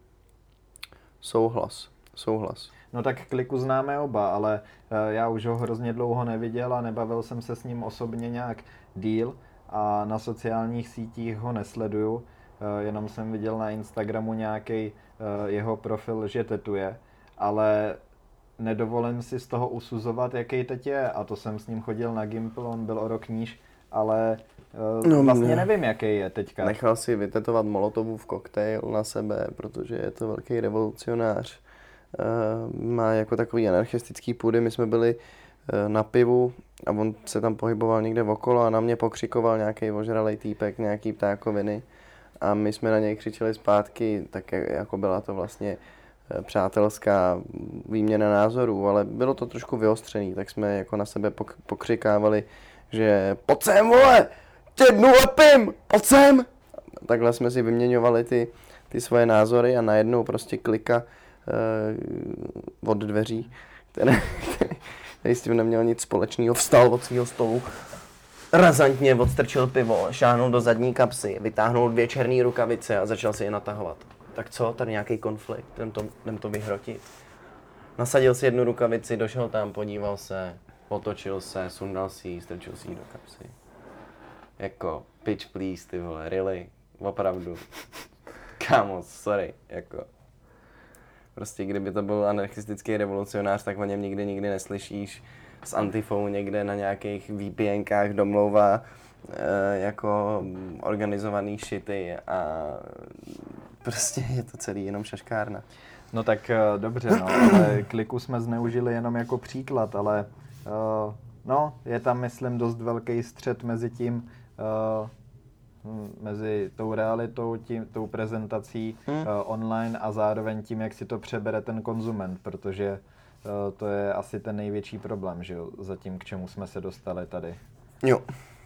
[SPEAKER 1] Souhlas. Souhlas.
[SPEAKER 2] No tak Kliku známe oba, ale uh, já už ho hrozně dlouho neviděl a nebavil jsem se s ním osobně nějak díl a na sociálních sítích ho nesleduju. Uh, jenom jsem viděl na Instagramu nějaký uh, jeho profil, že tetuje, ale nedovolím si z toho usuzovat, jaký teď je, a to jsem s ním chodil na Gimpl, on byl o rok níž, ale uh, no, vlastně ne. nevím, jaký je teďka.
[SPEAKER 1] Nechal si vytetovat Molotovův koktejl na sebe, protože je to velký revolucionář. Uh, má jako takový anarchistický půdy, my jsme byli uh, na pivu a on se tam pohyboval někde okolo a na mě pokřikoval nějaký ožralej týpek, nějaký ptákoviny a my jsme na něj křičeli zpátky, tak jako byla to vlastně přátelská výměna názorů, ale bylo to trošku vyostřený, tak jsme jako na sebe pok- pokřikávali, že pojď sem, vole, tě dnu lepím, pojď sem! Takhle jsme si vyměňovali ty, ty svoje názory a najednou prostě Klika uh, od dveří, který, který, který s tím neměl nic společného, vstal od svého stolu, razantně odstrčil pivo, šáhnul do zadní kapsy, vytáhnul dvě černé rukavice a začal si je natahovat. Tak co, tady nějaký konflikt, jdem to, jdem to vyhrotit. Nasadil si jednu rukavici, došel tam, podíval se, otočil se, sundal si ji, strčil si ji do kapsy. Jako, pitch please, ty vole, really, opravdu. Kámo, sorry, jako. Prostě kdyby to byl anarchistický revolucionář, tak o něm nikdy nikdy neslyšíš. S Antifou někde na nějakých VPNkách domlouvá e, jako organizovaný shity a prostě je to celý jenom šaškárna.
[SPEAKER 2] No tak dobře, no, ale Kliku jsme zneužili jenom jako příklad, ale uh, no, je tam, myslím, dost velký střet mezi tím, uh, mezi tou realitou, tím, tou prezentací hmm. uh, online a zároveň tím, jak si to přebere ten konzument, protože uh, to je asi ten největší problém, že jo, zatím, k čemu jsme se dostali tady.
[SPEAKER 1] Jo.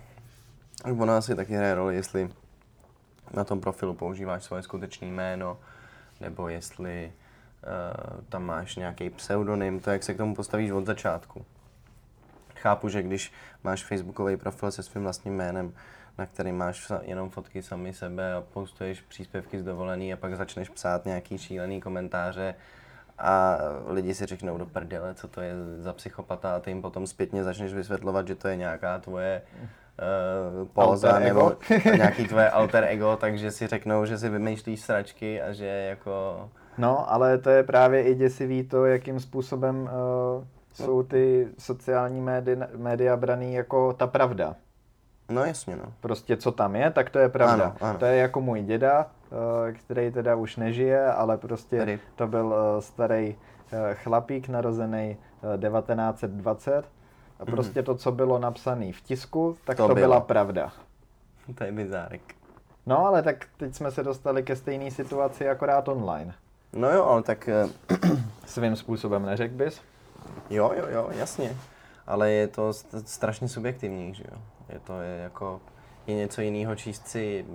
[SPEAKER 1] Ono asi taky hraje roli, jestli na tom profilu používáš svoje skutečné jméno, nebo jestli uh, tam máš nějaký pseudonym, to jak se k tomu postavíš od začátku. Chápu, že když máš facebookový profil se svým vlastním jménem, na kterým máš jenom fotky sami sebe a postuješ příspěvky z dovolený a pak začneš psát nějaký šílený komentáře a lidi si řeknou do prdele, co to je za psychopata a ty jim potom zpětně začneš vysvětlovat, že to je nějaká tvoje uh, póza nebo nějaký tvoje alter ego, takže si řeknou, že si vymýšlíš sračky a že jako...
[SPEAKER 2] No, ale to je právě i děsivý to, jakým způsobem uh, jsou ty sociální médi, média braný jako ta pravda.
[SPEAKER 1] No jasně, no.
[SPEAKER 2] Prostě co tam je, tak to je pravda.
[SPEAKER 1] Ano, ano.
[SPEAKER 2] To je jako můj děda, který teda už nežije, ale prostě Tady. to byl starý chlapík narozený devatenáct set dvacet. A prostě mm. to, co bylo napsané v tisku, tak to, to byla pravda.
[SPEAKER 1] To je bizárek.
[SPEAKER 2] No, ale tak teď jsme se dostali ke stejné situaci, akorát online.
[SPEAKER 1] No jo, ale tak...
[SPEAKER 2] Svým způsobem, neřekl bys?
[SPEAKER 1] Jo, jo, jo, jasně. Ale je to strašně subjektivní, že jo. Je to je jako, je něco jiného číst si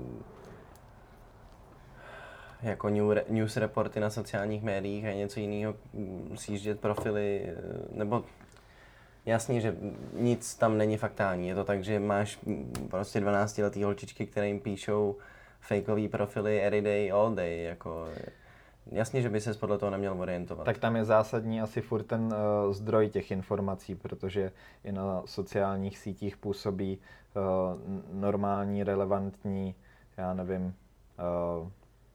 [SPEAKER 1] jako news reporty na sociálních médiích a je něco jiného sjíždět profily, nebo jasně, že nic tam není faktální. Je to tak, že máš prostě dvanáctiletý holčičky, které jim píšou fakeový profily every day, all day, jako... Jasně, že by ses podle toho neměl orientovat.
[SPEAKER 2] Tak tam je zásadní asi furt ten uh, zdroj těch informací, protože i na sociálních sítích působí uh, normální, relevantní, já nevím, uh,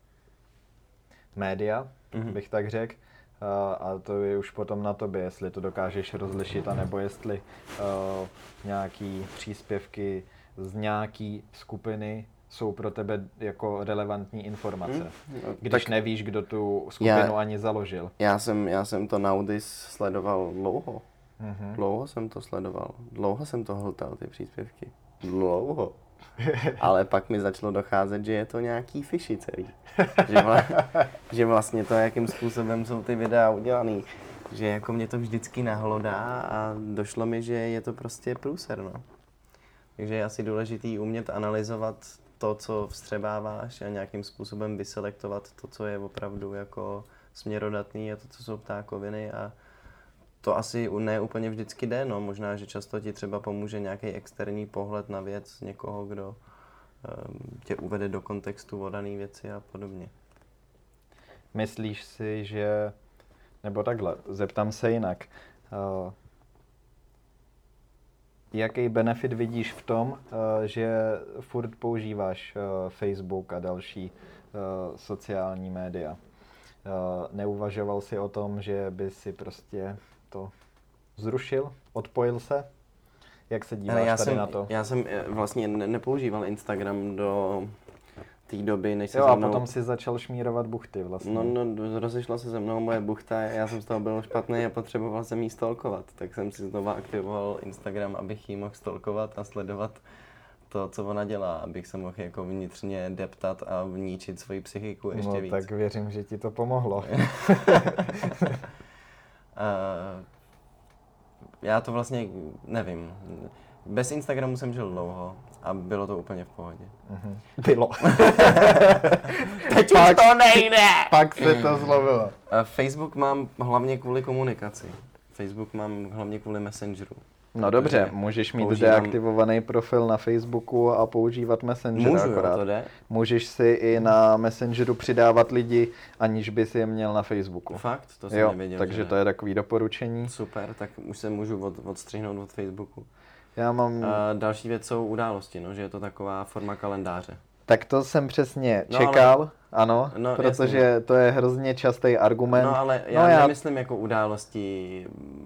[SPEAKER 2] média, mm-hmm. bych tak řekl. Uh, a to je už potom na tobě, jestli to dokážeš rozlišit, anebo jestli uh, nějaký příspěvky z nějaký skupiny jsou pro tebe jako relevantní informace, hmm. když tak nevíš, kdo tu skupinu já, ani založil.
[SPEAKER 1] Já jsem, já jsem to Naudis sledoval dlouho. Mm-hmm. Dlouho jsem to sledoval. Dlouho jsem to hltal, ty příspěvky. Dlouho. Ale pak mi začalo docházet, že je to nějaký fishy celý. že, vla, že vlastně to, jakým způsobem jsou ty videa udělaný. Že jako mě to vždycky nahlodá a došlo mi, že je to prostě průser, no. Takže je asi důležitý umět analyzovat to, co vstřebáváš a nějakým způsobem vyselektovat to, co je opravdu jako směrodatný a to, co jsou ptákoviny a to asi ne úplně vždycky jde, no. Možná, že často ti třeba pomůže nějaký externí pohled na věc někoho, kdo um, tě uvede do kontextu o dané věci a podobně.
[SPEAKER 2] Myslíš si, že, nebo takhle, zeptám se jinak, uh, jaký benefit vidíš v tom, uh, že furt používáš uh, Facebook a další uh, sociální média? Uh, neuvažoval jsi o tom, že by si prostě to zrušil, odpojil se? Jak se díváš
[SPEAKER 1] já
[SPEAKER 2] tady
[SPEAKER 1] jsem,
[SPEAKER 2] na to?
[SPEAKER 1] Já jsem vlastně nepoužíval Instagram do té doby, než se
[SPEAKER 2] jo,
[SPEAKER 1] se
[SPEAKER 2] a
[SPEAKER 1] mnou...
[SPEAKER 2] potom si začal šmírovat buchty vlastně.
[SPEAKER 1] No, no, rozešla se se mnou moje buchta, já jsem z toho byl špatný a potřeboval jsem jí stalkovat, tak jsem si znova aktivoval Instagram, abych jí mohl stalkovat a sledovat to, co ona dělá, abych se mohl jako vnitřně deptat a vníčit svoji psychiku ještě
[SPEAKER 2] no,
[SPEAKER 1] víc.
[SPEAKER 2] tak věřím, že ti to pomohlo.
[SPEAKER 1] Uh, já to vlastně nevím. Bez Instagramu jsem žil dlouho a bylo to úplně v pohodě.
[SPEAKER 2] Mm-hmm. Bylo.
[SPEAKER 1] Teď už to nejde!
[SPEAKER 2] Pak se to zlomilo.
[SPEAKER 1] Uh, Facebook mám hlavně kvůli komunikaci. Facebook mám hlavně kvůli Messengeru.
[SPEAKER 2] No dobře, můžeš mít
[SPEAKER 1] používám...
[SPEAKER 2] deaktivovaný profil na Facebooku a používat Messenger
[SPEAKER 1] Můžu,
[SPEAKER 2] akorát.
[SPEAKER 1] Jo, to jde.
[SPEAKER 2] Můžeš si i na Messengeru přidávat lidi, aniž by si je měl na Facebooku.
[SPEAKER 1] Fakt? To jsem
[SPEAKER 2] jo,
[SPEAKER 1] nevěděl.
[SPEAKER 2] takže to je takový doporučení.
[SPEAKER 1] Super, tak už se můžu od, odstřihnout od Facebooku.
[SPEAKER 2] Já mám...
[SPEAKER 1] Uh, další věc jsou události, no, že je to taková forma kalendáře.
[SPEAKER 2] Tak to jsem přesně
[SPEAKER 1] no,
[SPEAKER 2] čekal,
[SPEAKER 1] ale...
[SPEAKER 2] ano,
[SPEAKER 1] no,
[SPEAKER 2] protože
[SPEAKER 1] jasně.
[SPEAKER 2] To je hrozně častý argument.
[SPEAKER 1] No ale já,
[SPEAKER 2] no, já...
[SPEAKER 1] nemyslím jako události,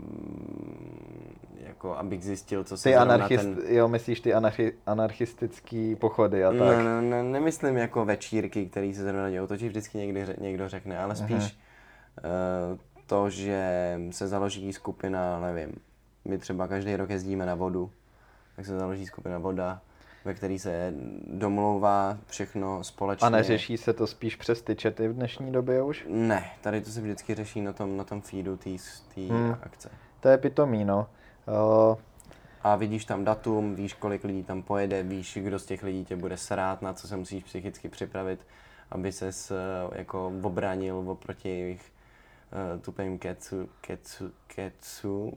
[SPEAKER 1] jako abych zjistil, co se
[SPEAKER 2] ty
[SPEAKER 1] zrovna
[SPEAKER 2] anarchist...
[SPEAKER 1] ten...
[SPEAKER 2] Jo, myslíš ty anarchi... anarchistický pochody a tak?
[SPEAKER 1] Ne, ne, ne, nemyslím jako večírky, který se zrovna dějou, to ti vždycky někdy, někdo řekne, ale spíš uh-huh. uh, to, že se založí skupina, nevím, my třeba každý rok jezdíme na vodu, tak se založí skupina Voda, ve který se domlouvá všechno společně.
[SPEAKER 2] A neřeší se to spíš přes ty chaty v dnešní době už?
[SPEAKER 1] Ne, tady to se vždycky řeší na tom, na tom feedu té hmm. akce.
[SPEAKER 2] To je pitomý, no. Uh...
[SPEAKER 1] A vidíš tam datum, víš, kolik lidí tam pojede, víš, kdo z těch lidí tě bude srát, na co se musíš psychicky připravit, aby ses uh, jako obránil oproti jejich uh, tupým kecu, kecu, kecu.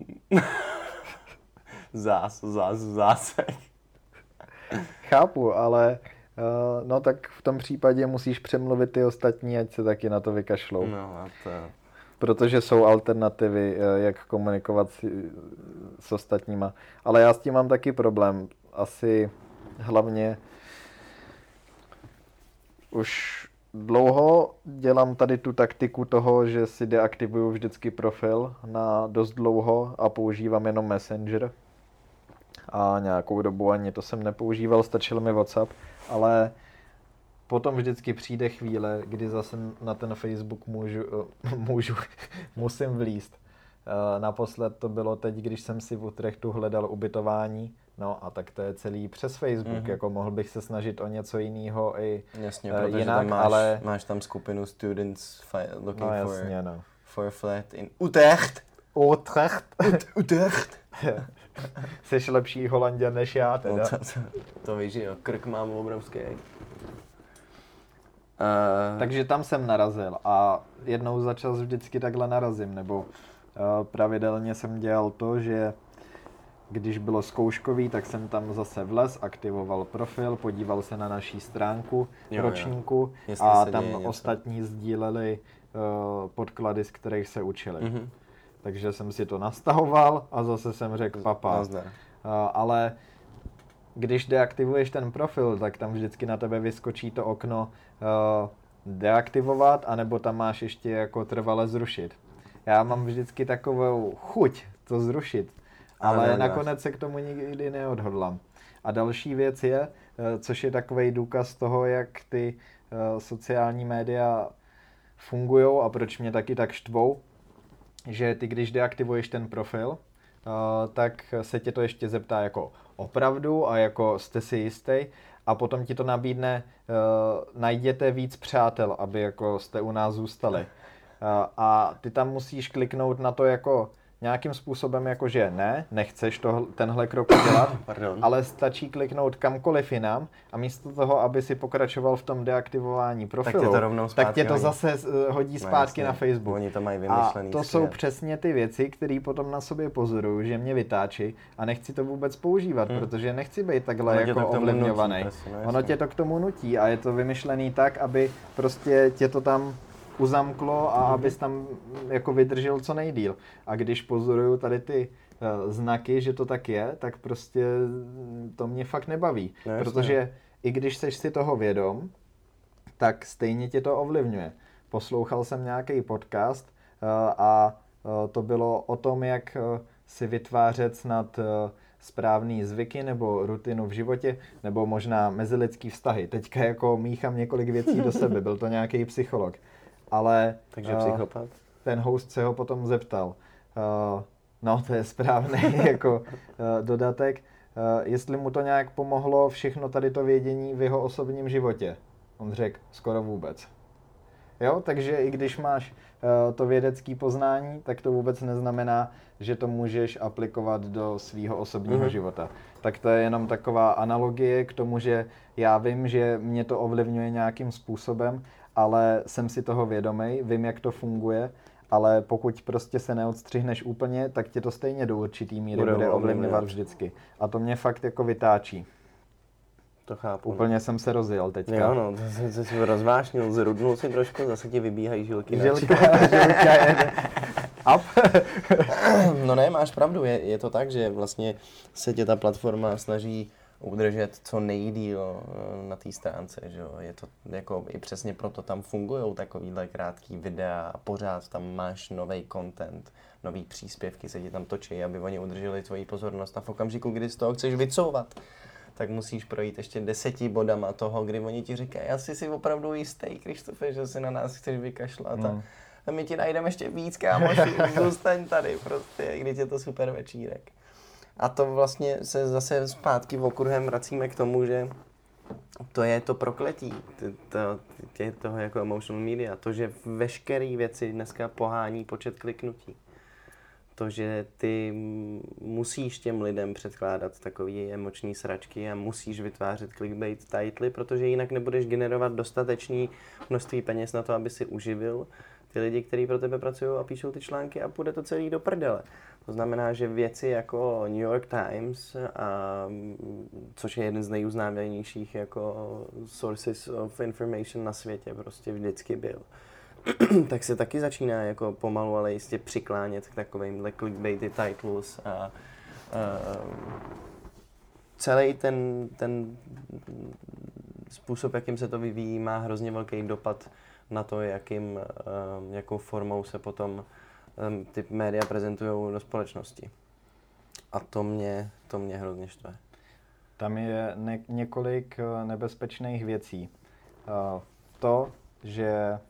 [SPEAKER 1] Zás, zás, zásek.
[SPEAKER 2] Chápu, ale uh, no tak v tom případě musíš přemluvit ty ostatní, ať se taky na to vykašlou.
[SPEAKER 1] No a to...
[SPEAKER 2] Protože jsou alternativy, jak komunikovat s, s ostatníma. Ale já s tím mám taky problém. Asi hlavně už dlouho dělám tady tu taktiku toho, že si deaktivuju vždycky profil na dost dlouho a používám jenom Messenger. A nějakou dobu ani to jsem nepoužíval, stačil mi WhatsApp, ale potom vždycky přijde chvíle, kdy zase na ten Facebook můžu, můžu musím vlízt. Naposled to bylo teď, když jsem si v Utrechtu hledal ubytování, no a tak to je celý přes Facebook, mm-hmm. jako mohl bych se snažit o něco jiného i
[SPEAKER 1] jasně, protože
[SPEAKER 2] jinak,
[SPEAKER 1] tam máš,
[SPEAKER 2] ale...
[SPEAKER 1] máš tam skupinu students looking
[SPEAKER 2] no, jasně,
[SPEAKER 1] for,
[SPEAKER 2] no.
[SPEAKER 1] for a flat in Utrecht.
[SPEAKER 2] Utrecht?
[SPEAKER 1] Utrecht.
[SPEAKER 2] Jsi lepší Holanděn než já teda.
[SPEAKER 1] No, to, to, to víš, jo, krk mám obrovský. Uh,
[SPEAKER 2] Takže tam jsem narazil a jednou za čas vždycky takhle narazím, nebo uh, pravidelně jsem dělal to, že když bylo zkouškový, tak jsem tam zase vlez, aktivoval profil, podíval se na naší stránku
[SPEAKER 1] jo,
[SPEAKER 2] ročníku
[SPEAKER 1] jo.
[SPEAKER 2] a tam ostatní sdíleli uh, podklady, z kterých se učili.
[SPEAKER 1] Mm-hmm.
[SPEAKER 2] Takže jsem si to nastahoval a zase jsem řekl papa. Uh, ale když deaktivuješ ten profil, tak tam vždycky na tebe vyskočí to okno uh, deaktivovat, anebo tam máš ještě jako trvale zrušit. Já mám vždycky takovou chuť to zrušit, ale, ale nakonec se k tomu nikdy neodhodlám. A další věc je, uh, což je takovej důkaz toho, jak ty uh, sociální média fungujou a proč mě taky tak štvou, že ty, když deaktivuješ ten profil, uh, tak se tě to ještě zeptá jako opravdu a jako jste si jistý a potom ti to nabídne, uh, najděte víc přátel, aby jako jste u nás zůstali. Uh, a ty tam musíš kliknout na to jako nějakým způsobem jakože ne, nechceš to, tenhle krok udělat, ale stačí kliknout kamkoliv jinam a místo toho, aby si pokračoval v tom deaktivování profilu,
[SPEAKER 1] tak tě to, rovnou
[SPEAKER 2] tak tě to zase hodí zpátky
[SPEAKER 1] no,
[SPEAKER 2] na Facebook.
[SPEAKER 1] Oni to mají vymyšlený.
[SPEAKER 2] A to
[SPEAKER 1] skvěle. Jsou
[SPEAKER 2] přesně ty věci, které potom na sobě pozoruju, že mě vytáčí a nechci to vůbec používat, hmm. protože nechci být takhle ono jako ovlivňovaný. No, ono tě to k tomu nutí a je to vymyšlený tak, aby prostě tě to tam uzamklo a mm-hmm. abys tam jako vydržel co nejdýl. A když pozoruju tady ty uh, znaky, že to tak je, tak prostě to mě fakt nebaví. No, protože i když seš si toho vědom, tak stejně tě to ovlivňuje. Poslouchal jsem nějaký podcast uh, a uh, to bylo o tom, jak uh, si vytvářet snad uh, správný zvyky nebo rutinu v životě, nebo možná mezilidský vztahy. Teďka jako míchám několik věcí do sebe, byl to nějaký psycholog. Ale
[SPEAKER 1] takže psychopat. Uh,
[SPEAKER 2] ten host se ho potom zeptal, uh, no to je správný jako uh, dodatek, uh, jestli mu to nějak pomohlo všechno tady to vědění v jeho osobním životě. On řekl, skoro vůbec. Jo, takže i když máš uh, to vědecké poznání, tak to vůbec neznamená, že to můžeš aplikovat do svého osobního mm-hmm. života. Tak to je jenom taková analogie k tomu, že já vím, že mě to ovlivňuje nějakým způsobem, ale jsem si toho vědomý, vím, jak to funguje, ale pokud prostě se neodstřihneš úplně, tak tě to stejně do určitý míry bude, bude ovlivňovat vždycky. A to mě fakt jako vytáčí.
[SPEAKER 1] To chápu.
[SPEAKER 2] Úplně ne? Jsem se rozjel teďka.
[SPEAKER 1] Jo, no, to jsi se rozvášnil, zrudnul si trošku, zase ti vybíhají žilky.
[SPEAKER 2] Žilka, žilka je up.
[SPEAKER 1] No ne, máš pravdu, je, je to tak, že vlastně se tě ta platforma snaží udržet co nejdýl na té stránce, že jo. Je to jako i přesně proto tam fungujou takovýhle krátký videa a pořád tam máš nový content, nový příspěvky se ti tam točí, aby oni udrželi tvoji pozornost a v okamžiku, kdy z toho chceš vycouvat, tak musíš projít ještě deseti bodama toho, kdy oni ti říkají, já jsi si opravdu jistý, Krištofe, že si na nás chceš vykašlat a, a my ti najdeme ještě víc, kámoši, zůstaň tady prostě, když je to super večírek. A to vlastně se zase zpátky okruhem vracíme k tomu, že to je to prokletí to, tě, toho jako emotional media. To, že veškeré věci dneska pohání počet kliknutí. To, že ty musíš těm lidem předkládat takový emoční sračky a musíš vytvářet clickbait titly, protože jinak nebudeš generovat dostatečný množství peněz na to, aby si uživil ty lidi, kteří pro tebe pracují a píšou ty články a půjde to celý do prdele. To znamená, že věci jako New York Times, a, což je jeden z nejuznávanějších jako sources of information na světě, prostě vždycky byl, tak se taky začíná jako pomalu, ale jistě přiklánět k takovýmhle clickbaity titles a, a celý ten, ten způsob, jakým se to vyvíjí, má hrozně velký dopad na to, jakým, jakou formou se potom ty média prezentují do společnosti. A to mě, to mě hrozně štve.
[SPEAKER 2] Tam je ne- několik nebezpečných věcí. To, že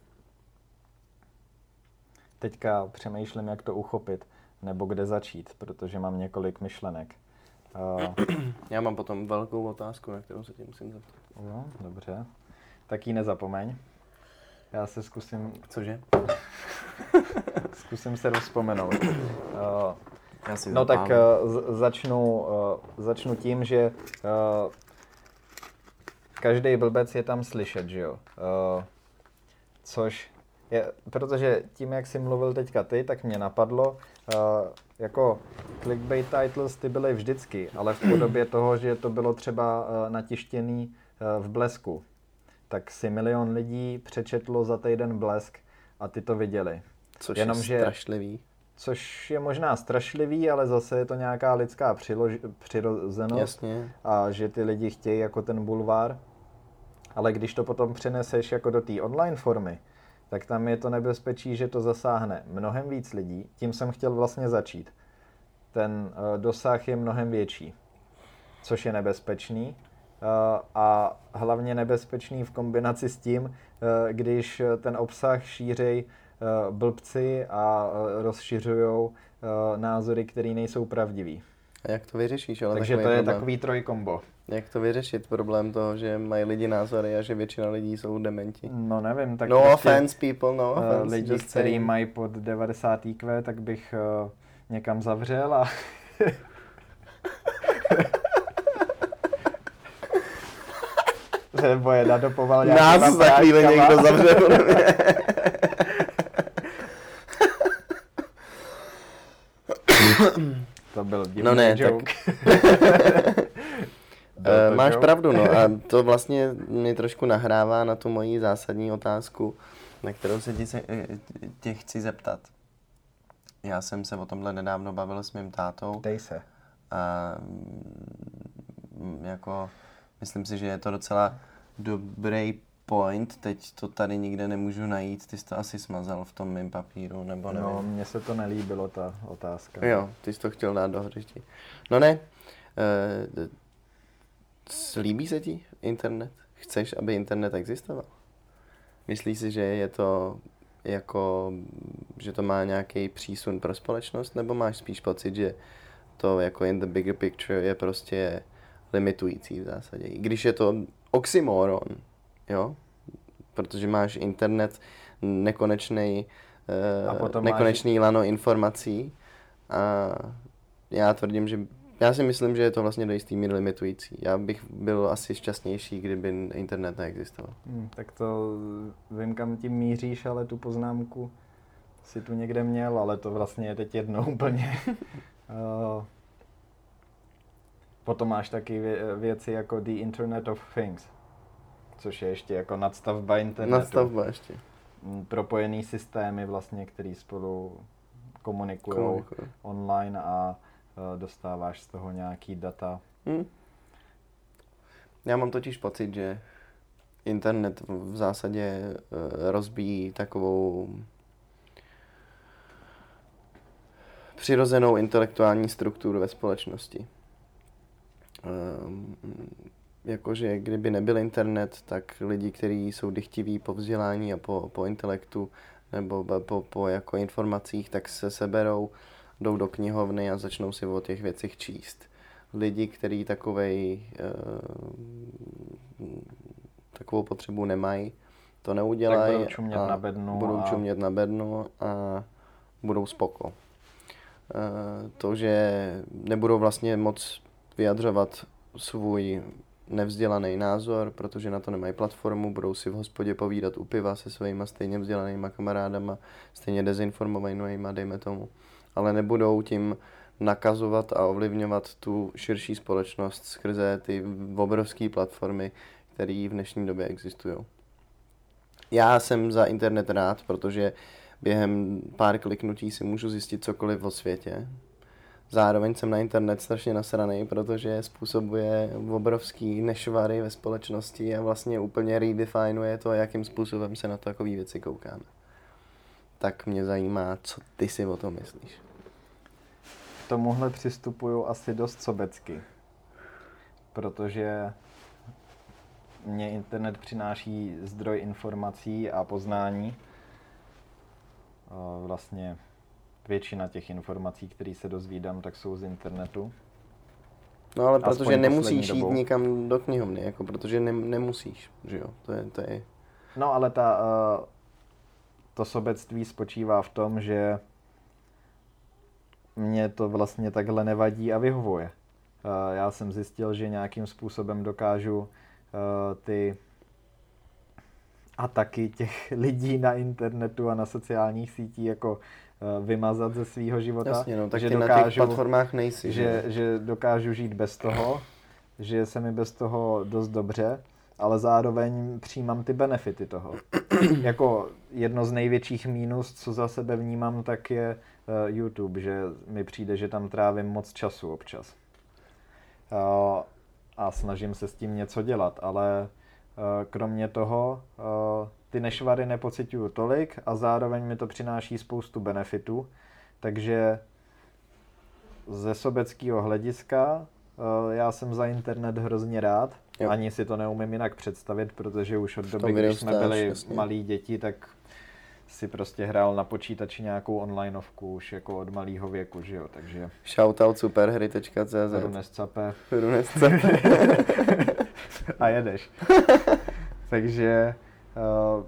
[SPEAKER 2] teďka přemýšlím, jak to uchopit, nebo kde začít, protože mám několik myšlenek.
[SPEAKER 1] Já mám potom velkou otázku, na kterou se tě musím zeptat.
[SPEAKER 2] No, dobře. Tak ji nezapomeň. Já se zkusím...
[SPEAKER 1] Cože?
[SPEAKER 2] Zkusím se rozpomenout. Uh,
[SPEAKER 1] Já si
[SPEAKER 2] no tak uh, z- začnu, uh, začnu tím, že uh, každý blbec je tam slyšet, že jo. Uh, což je, protože tím, jak jsi mluvil teďka ty, tak mě napadlo, uh, jako clickbait titles ty byly vždycky, ale v podobě toho, že to bylo třeba uh, natištěný uh, v Blesku. Tak si milion lidí přečetlo za týden Blesk a ty to viděli.
[SPEAKER 1] Což
[SPEAKER 2] Jenom,
[SPEAKER 1] je
[SPEAKER 2] že,
[SPEAKER 1] strašlivý.
[SPEAKER 2] Což je možná strašlivý, ale zase je to nějaká lidská přilož, přirozenost.
[SPEAKER 1] Jasně.
[SPEAKER 2] A že ty lidi chtějí jako ten bulvár. Ale když to potom přeneseš jako do té online formy, tak tam je to nebezpečí, že to zasáhne mnohem víc lidí. Tím jsem chtěl vlastně začít. Ten uh, dosah je mnohem větší, což je nebezpečný. Uh, a hlavně nebezpečný v kombinaci s tím, uh, když ten obsah šířej uh, blbci a uh, rozšiřujou uh, názory, které nejsou pravdivý.
[SPEAKER 1] A jak to vyřešíš? Ale
[SPEAKER 2] Takže to je
[SPEAKER 1] problém.
[SPEAKER 2] takový trojkombo.
[SPEAKER 1] Jak to vyřešit? Problém toho, že mají lidi názory a že většina lidí jsou dementi.
[SPEAKER 2] No nevím, tak
[SPEAKER 1] no
[SPEAKER 2] prostě,
[SPEAKER 1] offense people, no offense.
[SPEAKER 2] Uh, lidi, kteří mají pod devadesát í kvé, tak bych uh, někam zavřel a nebo je nadopoval nějakýma
[SPEAKER 1] Nás za chvíli někdo zavřel.
[SPEAKER 2] To byl divný
[SPEAKER 1] no ne,
[SPEAKER 2] joke.
[SPEAKER 1] Uh, máš joke? Pravdu, no a to vlastně mě trošku nahrává na tu moji zásadní otázku, na kterou se ti se, tě chci zeptat. Já jsem se o tomhle nedávno bavil s mým tátou.
[SPEAKER 2] Dej se.
[SPEAKER 1] A jako, myslím si, že je to docela dobrý point, teď to tady nikde nemůžu najít, ty jsi to asi smazal v tom mým papíru, nebo nevím.
[SPEAKER 2] No, mně se to nelíbilo, ta otázka.
[SPEAKER 1] Jo, ty jsi to chtěl dát do hřiště. No ne, e, líbí se ti internet? Chceš, aby internet existoval? Myslíš si, že je to jako, že to má nějaký přísun pro společnost, nebo máš spíš pocit, že to jako in the bigger picture je prostě limitující v zásadě? I když je to oxymoron, jo? Protože máš internet nekonečný, uh, nekonečný máš... lano informací a já tvrdím, že já si myslím, že je to vlastně do jistý míry limitující. Já bych byl asi šťastnější, kdyby internet neexistoval.
[SPEAKER 2] Hmm, tak to vím, kam tím míříš, ale tu poznámku si tu někde měl, ale to vlastně je teď jedno úplně. uh, potom máš taky vě- věci jako The Internet of Things, což je ještě jako nadstavba internetu.
[SPEAKER 1] Nadstavba ještě.
[SPEAKER 2] Propojený systémy vlastně, který spolu komunikují online a uh, dostáváš z toho nějaký data.
[SPEAKER 1] Hmm. Já mám totiž pocit, že internet v zásadě uh, rozbíjí takovou přirozenou intelektuální strukturu ve společnosti. Um, Jakože kdyby nebyl internet, tak lidi, kteří jsou dychtiví po vzdělání a po, po intelektu nebo po, po jako informacích, tak se seberou, jdou do knihovny a začnou si o těch věcech číst. Lidi, kteří takovej, uh, takovou potřebu nemají, to neudělají.
[SPEAKER 2] Budou čumět na bednu.
[SPEAKER 1] Budou
[SPEAKER 2] a...
[SPEAKER 1] čumět na bednu a budou spoko. Uh, to, že nebudou vlastně moc vyjadřovat svůj nevzdělaný názor, protože na to nemají platformu, budou si v hospodě povídat u piva se svýma stejně vzdělanýma kamarádama, stejně dezinformovanýma, dejme tomu. Ale nebudou tím nakazovat a ovlivňovat tu širší společnost skrze ty obrovské platformy, které v dnešní době existují. Já jsem za internet rád, protože během pár kliknutí si můžu zjistit cokoliv o světě. Zároveň jsem na internet strašně nasranej, protože způsobuje obrovský nešvary ve společnosti a vlastně úplně redefinuje to, jakým způsobem se na takové věci koukáme. Tak mě zajímá, co ty si o tom myslíš.
[SPEAKER 2] K tomuhle přistupuju asi dost sobecky, protože mě internet přináší zdroj informací a poznání. Vlastně většina těch informací, které se dozvídám, tak jsou z internetu.
[SPEAKER 1] No ale aspoň protože nemusíš jít nikam do knihovny, jako protože ne, nemusíš, že jo, to je, to je...
[SPEAKER 2] No ale ta, uh, to sobectví spočívá v tom, že mě to vlastně takhle nevadí a vyhovuje. Uh, já jsem zjistil, že nějakým způsobem dokážu uh, ty ataky těch lidí na internetu a na sociálních sítích jako vymazat ze svýho života.
[SPEAKER 1] Jasně, no, tak
[SPEAKER 2] že
[SPEAKER 1] ty
[SPEAKER 2] dokážu,
[SPEAKER 1] na těch platformách nejsi.
[SPEAKER 2] Že, že dokážu žít bez toho, že se mi bez toho dost dobře, ale zároveň přijímám ty benefity toho. Jako jedno z největších mínus, co za sebe vnímám, tak je uh, YouTube, že mi přijde, že tam trávím moc času občas. Uh, a snažím se s tím něco dělat, ale uh, kromě toho uh, ty nešvary nepociťuju tolik a zároveň mi to přináší spoustu benefitů, takže ze sobeckého hlediska uh, já jsem za internet hrozně rád. Jo. Ani si to neumím jinak představit, protože už od doby, když jsme byli jasně. malí děti, tak si prostě hrál na počítači nějakou onlineovku už jako od malého věku, že jo, takže...
[SPEAKER 1] Shoutout superhry tečka cé zet
[SPEAKER 2] Runescape.
[SPEAKER 1] Runescape.
[SPEAKER 2] A jedeš. Takže uh,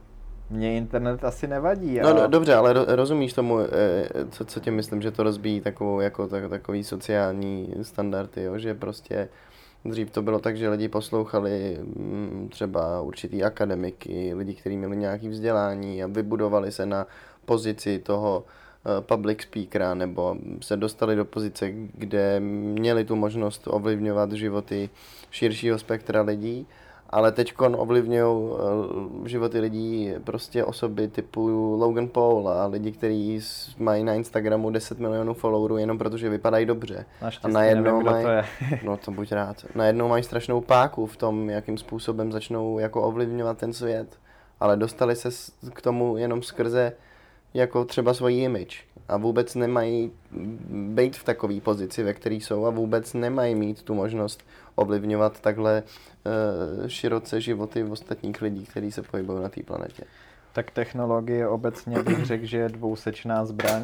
[SPEAKER 2] Mně internet asi nevadí.
[SPEAKER 1] No
[SPEAKER 2] a...
[SPEAKER 1] dobře, ale ro- rozumíš tomu, co, co tě myslím, že to rozbíjí takovou, jako tak, takový sociální standardy, jo? Že prostě dřív to bylo tak, že lidi poslouchali mm, třeba určitý akademiky, lidi, kteří měli nějaké vzdělání a vybudovali se na pozici toho uh, public speakera, nebo se dostali do pozice, kde měli tu možnost ovlivňovat životy širšího spektra lidí. Ale teďkon ovlivňují životy lidí prostě osoby typu Logan Paul a lidi, kteří mají na Instagramu deset milionů followerů jenom protože vypadají dobře.
[SPEAKER 2] Naštěstí
[SPEAKER 1] a najednou
[SPEAKER 2] nevím,
[SPEAKER 1] mají,
[SPEAKER 2] kdo to je.
[SPEAKER 1] no to buď rád, najednou mají strašnou páku v tom, jakým způsobem začnou jako ovlivňovat ten svět. Ale dostali se k tomu jenom skrze jako třeba svoji image. A vůbec nemají být v takové pozici, ve které jsou a vůbec nemají mít tu možnost ovlivňovat takhle uh, široce životy ostatních lidí, kteří se pohybují na té planetě.
[SPEAKER 2] Tak technologie obecně bych řekl, že je dvousečná zbraň.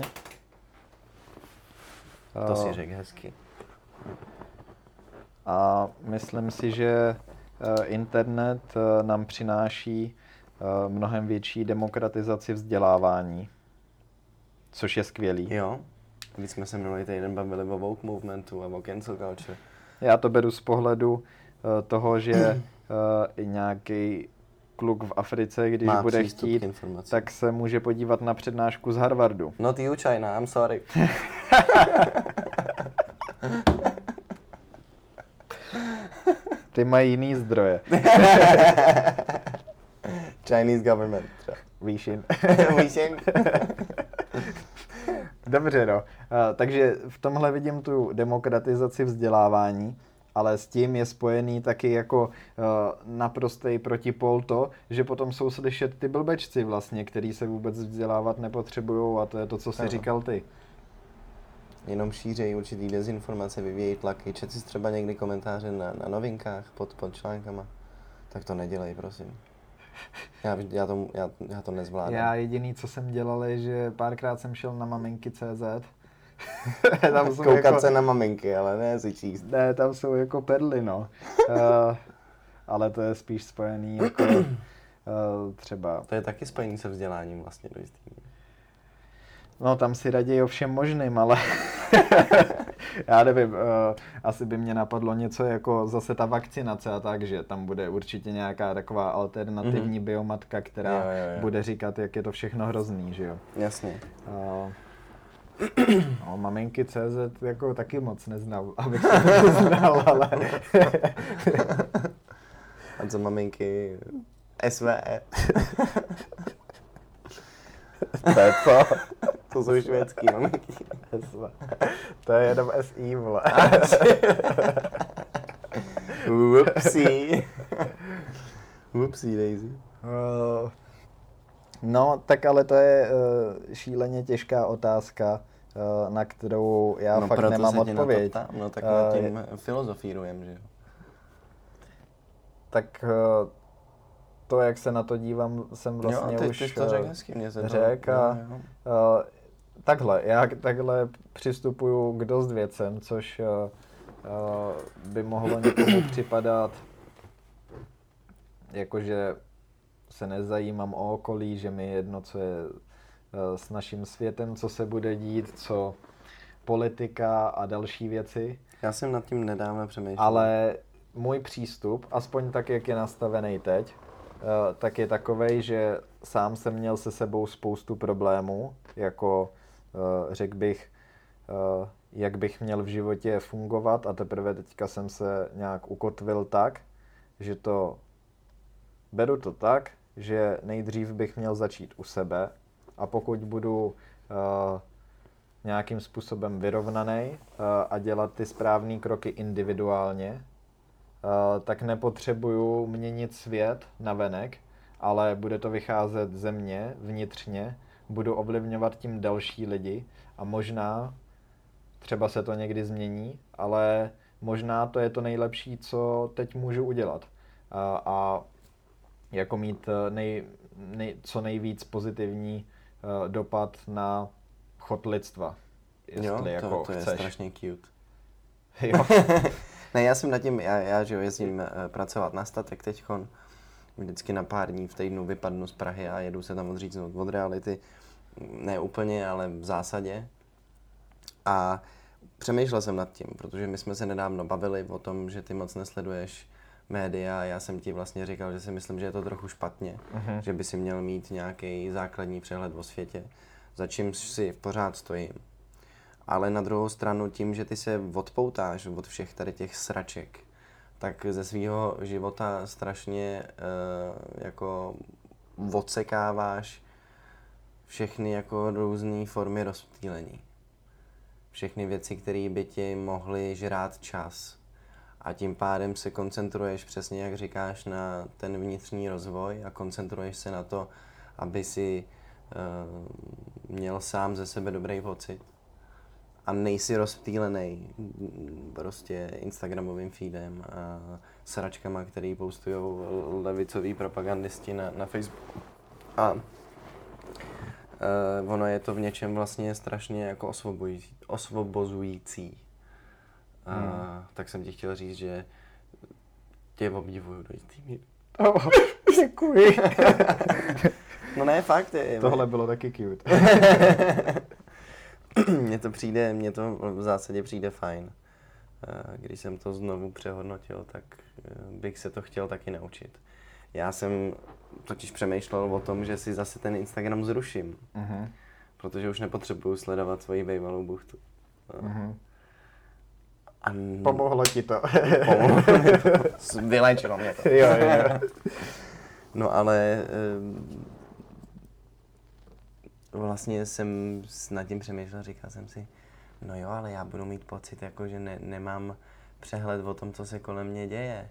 [SPEAKER 1] To si řekl hezky.
[SPEAKER 2] A myslím si, že internet nám přináší mnohem větší demokratizaci vzdělávání, což je skvělý.
[SPEAKER 1] Jo, když jsme se minulý týden bavili o woke movementu a o cancel culture.
[SPEAKER 2] Já to beru z pohledu uh, toho, že uh, nějaký kluk v Africe, když
[SPEAKER 1] Má
[SPEAKER 2] bude chtít, tak se může podívat na přednášku z Harvardu.
[SPEAKER 1] Not you, China, I'm sorry.
[SPEAKER 2] Ty mají jiný zdroje.
[SPEAKER 1] Chinese government.
[SPEAKER 2] Výšin.
[SPEAKER 1] Výšin.
[SPEAKER 2] Dobře, no. Uh, takže v tomhle vidím tu demokratizaci vzdělávání, ale s tím je spojený taky jako uh, naprostej protipol to, že potom jsou slyšet ty blbečci vlastně, který se vůbec vzdělávat nepotřebujou a to je to, co jsi no. říkal ty.
[SPEAKER 1] Jenom šířejí určitý dezinformace, vyvíjejí tlaky. Četl jsi třeba někdy komentáře na, na novinkách pod, pod článkama? Tak to nedělej, prosím. Já, já, to, já, já to nezvládám.
[SPEAKER 2] Já jediný, co jsem dělal, je, že párkrát jsem šel na maminky tečka cé zet.
[SPEAKER 1] tam Koukat jako, se na maminky, ale ne si číst.
[SPEAKER 2] Ne, tam jsou jako perly, no. uh, ale to je spíš spojený jako uh, třeba...
[SPEAKER 1] To je taky spojený se vzděláním vlastně do jistý.
[SPEAKER 2] No, tam si raději o všem možným, ale já nevím, uh, asi by mě napadlo něco jako zase ta vakcinace a tak, že tam bude určitě nějaká taková alternativní mm-hmm. biomatka, která jo, jo, jo. bude říkat, jak je to všechno hrozný, že jo.
[SPEAKER 1] Jasně.
[SPEAKER 2] Uh, no, maminky tečka cé zet jako taky moc neznal, abych se neznal, ale...
[SPEAKER 1] A co maminky? es vé é.
[SPEAKER 2] To je co?
[SPEAKER 1] To jsou švédský maminky.
[SPEAKER 2] To je jenom es í, vole.
[SPEAKER 1] Whoopsie. Whoopsie daisy.
[SPEAKER 2] Uh, no, tak ale to je uh, šíleně těžká otázka, uh, na kterou já
[SPEAKER 1] no,
[SPEAKER 2] fakt nemám odpověď.
[SPEAKER 1] Na no tak nad tím uh, filozofírujem, že jo.
[SPEAKER 2] Tak uh, to, jak se na to dívám, jsem vlastně
[SPEAKER 1] jo, ty,
[SPEAKER 2] už
[SPEAKER 1] ty to řek hezky, mě se
[SPEAKER 2] řek
[SPEAKER 1] to,
[SPEAKER 2] a
[SPEAKER 1] jo, jo.
[SPEAKER 2] Uh, takhle, já takhle přistupuju k dost věcem, což uh, uh, by mohlo někomu připadat, jakože se nezajímám o okolí, že mi je jedno, co je uh, s naším světem, co se bude dít, co politika a další věci.
[SPEAKER 1] Já jsem nad tím nedávno přemýšlel.
[SPEAKER 2] Ale můj přístup, aspoň tak, jak je nastavený teď, uh, tak je takovej, že sám jsem měl se sebou spoustu problémů, jako uh, řekl bych, uh, jak bych měl v životě fungovat a teprve teďka jsem se nějak ukotvil tak, že to beru to tak, že nejdřív bych měl začít u sebe a pokud budu uh, nějakým způsobem vyrovnaný uh, a dělat ty správné kroky individuálně, uh, tak nepotřebuju měnit svět navenek, ale bude to vycházet ze mě, vnitřně, budu ovlivňovat tím další lidi a možná, třeba se to někdy změní, ale možná to je to nejlepší, co teď můžu udělat. A, a jako mít nej, nej, co nejvíc pozitivní uh, dopad na chod lidstva. Jestli
[SPEAKER 1] jo, to,
[SPEAKER 2] jako
[SPEAKER 1] to je
[SPEAKER 2] chceš.
[SPEAKER 1] strašně cute.
[SPEAKER 2] Jo.
[SPEAKER 1] Ne, já jsem nad tím, já, já že jezdím uh, pracovat na statek teďkon vždycky na pár dní v týdnu vypadnu z Prahy a jedu se tam odříznout od reality. Ne úplně, ale v zásadě. A přemýšlel jsem nad tím, protože my jsme se nedávno bavili o tom, že ty moc nesleduješ média a já jsem ti vlastně říkal, že si myslím, že je to trochu špatně, uh-huh. že by si měl mít nějaký základní přehled o světě, za čím si pořád stojím. Ale na druhou stranu tím, že ty se odpoutáš od všech tady těch sraček, tak ze svého života strašně uh, jako odsekáváš všechny jako různé formy rozptýlení. Všechny věci, které by ti mohly žrát čas. A tím pádem se koncentruješ přesně, jak říkáš, na ten vnitřní rozvoj a koncentruješ se na to, aby si uh, měl sám ze sebe dobrý pocit. A nejsi rozptýlený prostě instagramovým feedem a sračkama, který postují levicoví propagandisti na, na Facebooku. A uh, ono je to v něčem vlastně strašně jako osvobozující. osvobozující. A hmm. tak jsem ti chtěl říct, že tě obdivuju do jistý míry.
[SPEAKER 2] Oh, děkuji.
[SPEAKER 1] No ne, fakt. Je,
[SPEAKER 2] tohle bylo taky cute.
[SPEAKER 1] Mně to přijde, mně to v zásadě přijde fajn. Když jsem to znovu přehodnotil, tak bych se to chtěl taky naučit. Já jsem totiž přemýšlel o tom, že si zase ten Instagram zruším. Uh-huh. Protože už nepotřebuju sledovat svoji bývalou buchtu. Uh-huh.
[SPEAKER 2] A n... Pomohlo ti to.
[SPEAKER 1] Pomohlo mi to. Vylečilo mě to.
[SPEAKER 2] Jo, jo.
[SPEAKER 1] No ale vlastně jsem nad tím přemýšlel, říkal jsem si, no jo, ale já budu mít pocit, jako, že ne, nemám přehled o tom, co se kolem mě děje.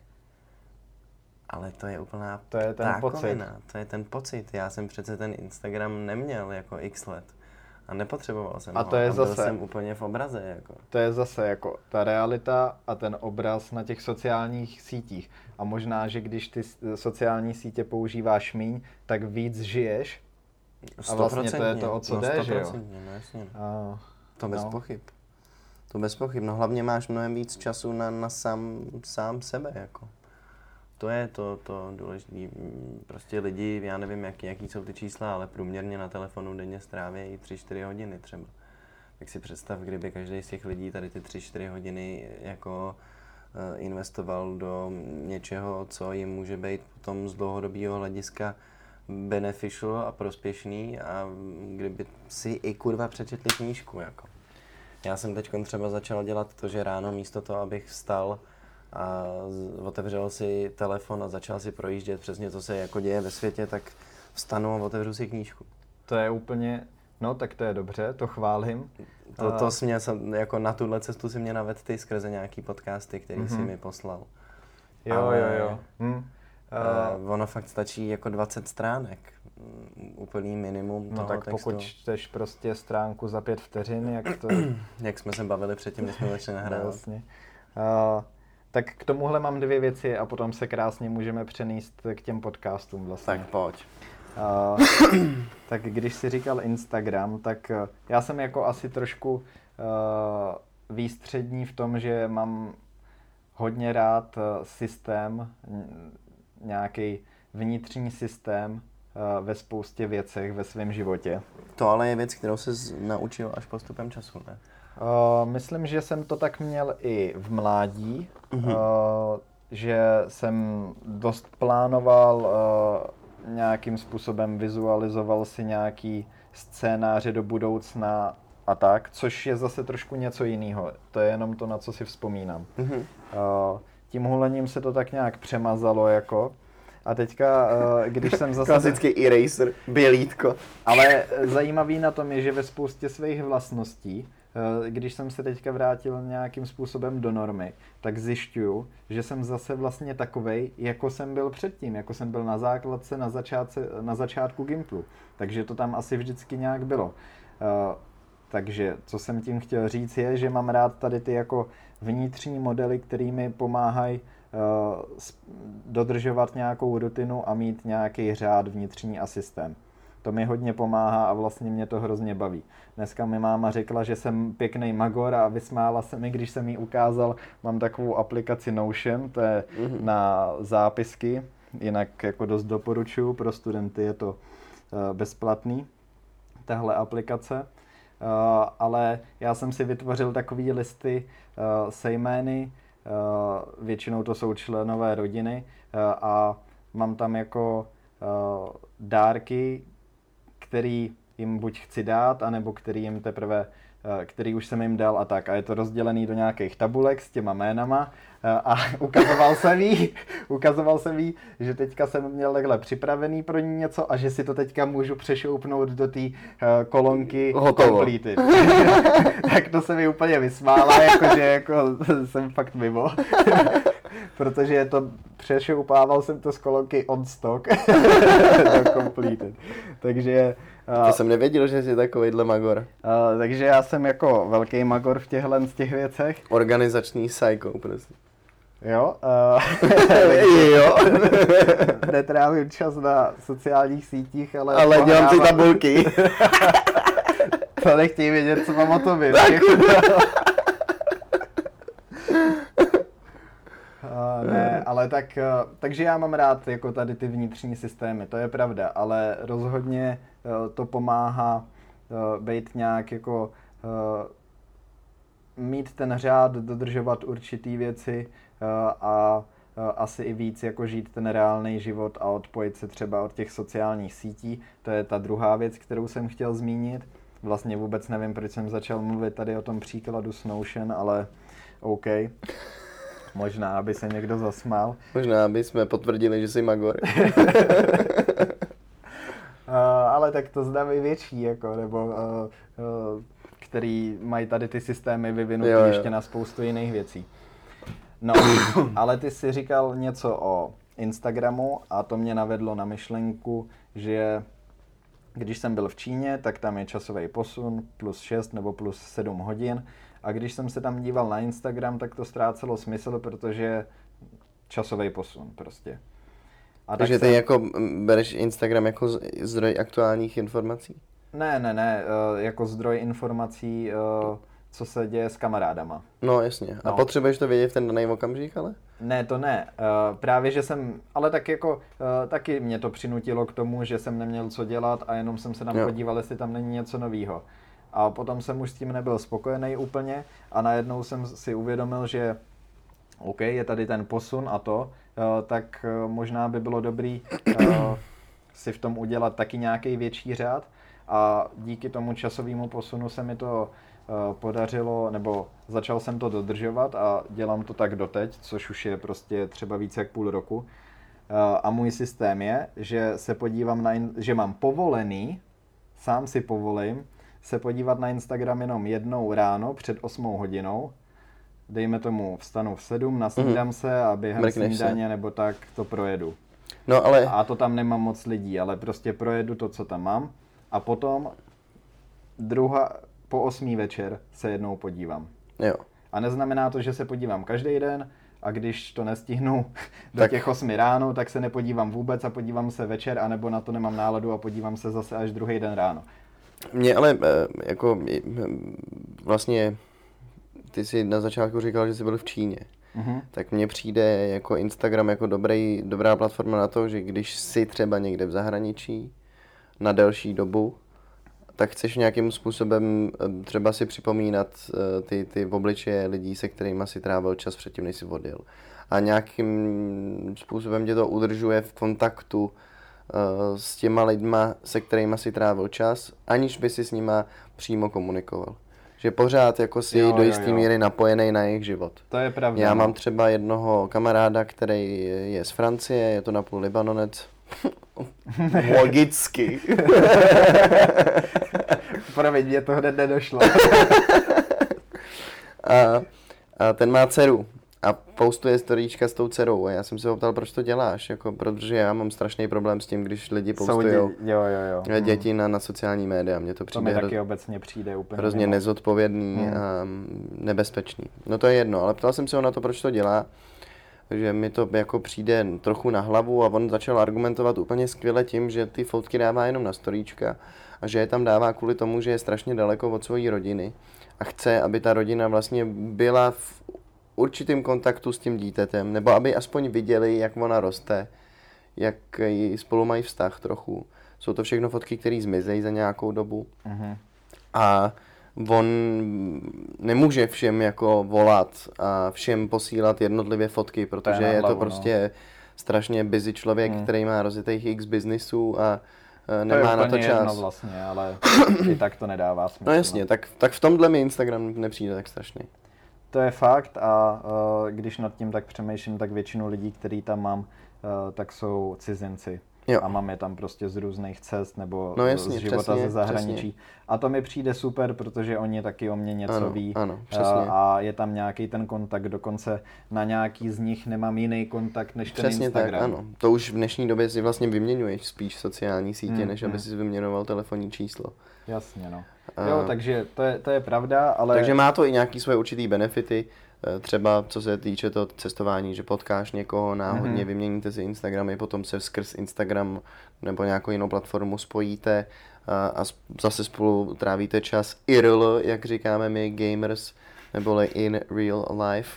[SPEAKER 1] Ale to je úplná
[SPEAKER 2] to je ten
[SPEAKER 1] ptákovina.
[SPEAKER 2] pocit.
[SPEAKER 1] To je ten pocit. Já jsem přece ten Instagram neměl jako x let. A nepotřeboval jsem
[SPEAKER 2] a
[SPEAKER 1] ho.
[SPEAKER 2] To je
[SPEAKER 1] a byl
[SPEAKER 2] zase,
[SPEAKER 1] jsem úplně v obraze. Jako.
[SPEAKER 2] To je zase jako ta realita a ten obraz na těch sociálních sítích. A možná, že když ty sociální sítě používáš míň, tak víc žiješ. A vlastně to je to, o co
[SPEAKER 1] no,
[SPEAKER 2] jde, že jo?
[SPEAKER 1] No, jasně.
[SPEAKER 2] A,
[SPEAKER 1] to bez
[SPEAKER 2] no.
[SPEAKER 1] pochyb. To bez pochyb. No hlavně máš mnohem víc času na, na sám, sám sebe. Jako. To je to, to důležité. Prostě lidi, já nevím, jaký, jaký jsou ty čísla, ale průměrně na telefonu denně stráví i tři čtyři hodiny třeba. Tak si představ, kdyby každý z těch lidí tady ty tři čtyři hodiny jako uh, investoval do něčeho, co jim může být potom z dlouhodobého hlediska beneficial a prospěšný a kdyby si i kurva přečetli knížku. Jako. Já jsem teď třeba začal dělat to, že ráno místo toho, abych vstal a otevřel si telefon a začal si projíždět přesně, co se jako děje ve světě, tak vstanu a otevřu si knížku.
[SPEAKER 2] To je úplně, no tak to je dobře, to chválím.
[SPEAKER 1] To, to jsi mě, jako na tuhle cestu si mě navedl ty skrze nějaký podcasty, který mm-hmm. si mi poslal.
[SPEAKER 2] Jo, Ale, jo, jo. Hm.
[SPEAKER 1] Uh, ono fakt stačí jako dvacet stránek. Úplný minimum
[SPEAKER 2] no
[SPEAKER 1] toho
[SPEAKER 2] tak
[SPEAKER 1] textu.
[SPEAKER 2] Pokud čteš prostě stránku za pět vteřin, jak to...
[SPEAKER 1] jak jsme se bavili předtím, než jsme začali nahrávat.
[SPEAKER 2] Vlastně. Uh, tak k tomuhle mám dvě věci a potom se krásně můžeme přenést k těm podcastům vlastně.
[SPEAKER 1] Tak pojď.
[SPEAKER 2] Uh, tak když jsi říkal Instagram, tak uh, já jsem jako asi trošku uh, výstřední v tom, že mám hodně rád uh, systém, nějaký vnitřní systém uh, ve spoustě věcech ve svém životě.
[SPEAKER 1] To ale je věc, kterou jsi naučil až postupem času, ne?
[SPEAKER 2] Uh, myslím, že jsem to tak měl i v mládí, mm-hmm. uh, že jsem dost plánoval, uh, nějakým způsobem vizualizoval si nějaký scénáře do budoucna a tak, což je zase trošku něco jiného. To je jenom to, na co si vzpomínám. Mm-hmm. Uh, tím hulením se to tak nějak přemazalo jako. A teďka, když jsem zase...
[SPEAKER 1] Klasický eraser, bělítko.
[SPEAKER 2] Ale zajímavý na tom je, že ve spoustě svých vlastností, když jsem se teďka vrátil nějakým způsobem do normy, tak zjišťuju, že jsem zase vlastně takovej, jako jsem byl předtím, jako jsem byl na základce, na, začátce, na začátku Gimplu. Takže to tam asi vždycky nějak bylo. Takže co jsem tím chtěl říct je, že mám rád tady ty jako vnitřní modely, které mi pomáhají uh, dodržovat nějakou rutinu a mít nějaký řád vnitřní a systém. To mi hodně pomáhá a vlastně mě to hrozně baví. Dneska mi máma řekla, že jsem pěkný magor a vysmála se mi, když jsem jí ukázal, mám takovou aplikaci Notion, to je mm-hmm. na zápisky, jinak jako dost doporučuju, pro studenty je to bezplatný, tahle aplikace. Ale já jsem si vytvořil takové listy se jmény, většinou to jsou členové rodiny a mám tam jako dárky, který jim buď chci dát, anebo který jim teprve, který už jsem jim dal a tak. A je to rozdělený do nějakých tabulek s těma jménama a ukazoval jsem jí, ukazoval jsem jí, že teďka jsem měl takhle připravený pro ní něco a že si to teďka můžu přešoupnout do té kolonky
[SPEAKER 1] Hotovo.
[SPEAKER 2] Completed. Tak to se mi úplně vysmála, jakože jako jsem fakt mimo. Protože je to, přešoupával jsem to z kolonky on stock do Completed. Takže
[SPEAKER 1] To jsem nevěděl, že jsi takovejhle magor.
[SPEAKER 2] Uh, takže já jsem jako velký magor v těchhle z těch věcech.
[SPEAKER 1] Organizační psycho, prostě.
[SPEAKER 2] Jo. Uh,
[SPEAKER 1] jo.
[SPEAKER 2] Netrávím čas na sociálních sítích, ale...
[SPEAKER 1] Ale dělám si tabulky.
[SPEAKER 2] To nechtějí vědět, co mám o tobě. Uh, ne, ale tak, uh, takže já mám rád jako tady ty vnitřní systémy, to je pravda, ale rozhodně uh, to pomáhá uh, být nějak jako uh, mít ten řád, dodržovat určitý věci uh, a uh, asi i víc jako žít ten reálný život a odpojit se třeba od těch sociálních sítí. To je ta druhá věc, kterou jsem chtěl zmínit. Vlastně vůbec nevím, proč jsem začal mluvit tady o tom příkladu s Notion, ale OK. Možná, aby se někdo zasmál.
[SPEAKER 1] Možná, aby jsme potvrdili, že jsi magor.
[SPEAKER 2] uh, ale tak to znám i větší, jako, nebo uh, uh, který mají tady ty systémy vyvinuté ještě na spoustu jiných věcí. No, ale ty jsi říkal něco o Instagramu a to mě navedlo na myšlenku, že když jsem byl v Číně, tak tam je časový posun plus šest nebo plus sedm hodin. A když jsem se tam díval na Instagram, tak to ztrácelo smysl, protože časový posun prostě.
[SPEAKER 1] A takže ty jsem... jako bereš Instagram jako zdroj aktuálních informací?
[SPEAKER 2] Ne, ne, ne, jako zdroj informací, co se děje s kamarádama.
[SPEAKER 1] No jasně. A no. Potřebuješ to vědět v ten daný okamžik, ale?
[SPEAKER 2] Ne, to ne. Právě, že jsem, ale tak jako, taky mě to přinutilo k tomu, že jsem neměl co dělat a jenom jsem se tam jo. podíval, jestli tam není něco novýho. A potom jsem už s tím nebyl spokojený úplně a najednou jsem si uvědomil, že OK, je tady ten posun a to, tak možná by bylo dobrý si v tom udělat taky nějaký větší řád a díky tomu časovému posunu se mi to podařilo, nebo začal jsem to dodržovat a dělám to tak doteď, což už je prostě třeba více jak půl roku. A můj systém je, že se podívám na, že mám povolený, sám si povolím, se podívat na Instagram jenom jednou ráno před osmou hodinou. Dejme tomu, vstanu v sedm, nasnídám mm. se a během Mrkneš snídaně se. Nebo tak to projedu.
[SPEAKER 1] No ale...
[SPEAKER 2] A to tam nemám moc lidí, ale prostě projedu to, co tam mám. A potom druhá, po osmý večer se jednou podívám.
[SPEAKER 1] Jo.
[SPEAKER 2] A neznamená to, že se podívám každý den a když to nestihnu do
[SPEAKER 1] tak...
[SPEAKER 2] těch osmi ráno, tak se nepodívám vůbec a podívám se večer, anebo na to nemám náladu a podívám se zase až druhý den ráno.
[SPEAKER 1] Mně ale jako vlastně, ty jsi na začátku říkal, že jsi byl v Číně, mm-hmm. tak mně přijde jako Instagram jako dobrý, dobrá platforma na to, že když jsi třeba někde v zahraničí na delší dobu, tak chceš nějakým způsobem třeba si připomínat ty, ty obličeje lidí, se kterými si trávil čas předtím, než jsi odjel. A nějakým způsobem tě to udržuje v kontaktu s těma lidma, se kterými si trávil čas, aniž by si s nima přímo komunikoval. Že pořád jako si jo, do jisté míry napojený na jejich život.
[SPEAKER 2] To je pravda.
[SPEAKER 1] Já mám třeba jednoho kamaráda, který je z Francie, je to napůl Libanonec. Logicky.
[SPEAKER 2] Promiň, mě to hned nedošlo.
[SPEAKER 1] a, a ten má dceru. A postuje storíčka s tou dcerou a já jsem se ho ptal, proč to děláš, jako, protože já mám strašný problém s tím, když lidi postujou
[SPEAKER 2] dě,
[SPEAKER 1] děti na, na sociální média. Mně to přijde
[SPEAKER 2] to mi taky obecně přijde úplně
[SPEAKER 1] hrozně
[SPEAKER 2] mimo.
[SPEAKER 1] nezodpovědný hmm. a nebezpečný. No to je jedno, ale ptal jsem se ho na to, proč to dělá, takže mi to jako přijde trochu na hlavu a on začal argumentovat úplně skvěle tím, že ty fotky dává jenom na storíčka a že je tam dává kvůli tomu, že je strašně daleko od své rodiny a chce, aby ta rodina vlastně byla v určitým kontaktu s tím dítětem, nebo aby aspoň viděli, jak ona roste, jak spolu mají vztah trochu. Jsou to všechno fotky, které zmizejí za nějakou dobu.
[SPEAKER 2] Mm-hmm.
[SPEAKER 1] A on nemůže všem jako volat a všem posílat jednotlivě fotky, protože je, je to prostě no. strašně busy člověk, hmm. který má rozjetých x biznisů a uh, nemá
[SPEAKER 2] to
[SPEAKER 1] na to čas.
[SPEAKER 2] Jedno vlastně, ale i tak to nedává smysl.
[SPEAKER 1] No jasně, tak, tak v tomhle mi Instagram nepřijde tak strašný.
[SPEAKER 2] To je fakt a uh, když nad tím tak přemýšlím, tak většinu lidí, který tam mám, uh, tak jsou cizinci. Jo. A mám je tam prostě z různých cest nebo
[SPEAKER 1] no jasně,
[SPEAKER 2] z života
[SPEAKER 1] přesně,
[SPEAKER 2] ze zahraničí.
[SPEAKER 1] Přesně.
[SPEAKER 2] A to mi přijde super, protože oni taky o mě něco
[SPEAKER 1] ano,
[SPEAKER 2] ví.
[SPEAKER 1] Ano,
[SPEAKER 2] a je tam nějaký ten kontakt, dokonce na nějaký z nich nemám jiný kontakt než
[SPEAKER 1] přesně
[SPEAKER 2] ten Instagram.
[SPEAKER 1] Tak, ano. To už v dnešní době si vlastně vyměňuješ spíš sociální sítě, hmm, než aby
[SPEAKER 2] hmm.
[SPEAKER 1] si vyměňoval telefonní číslo.
[SPEAKER 2] Jasně, no. A... Jo, takže to je, to je pravda, ale...
[SPEAKER 1] Takže má to i nějaký svoje určitý benefity. Třeba co se týče toho cestování, že potkáš někoho, náhodně mm-hmm. vyměníte si Instagramy, potom se skrz Instagram nebo nějakou jinou platformu spojíte a, a zase spolu trávíte čas I R L, jak říkáme my gamers, neboli in real life.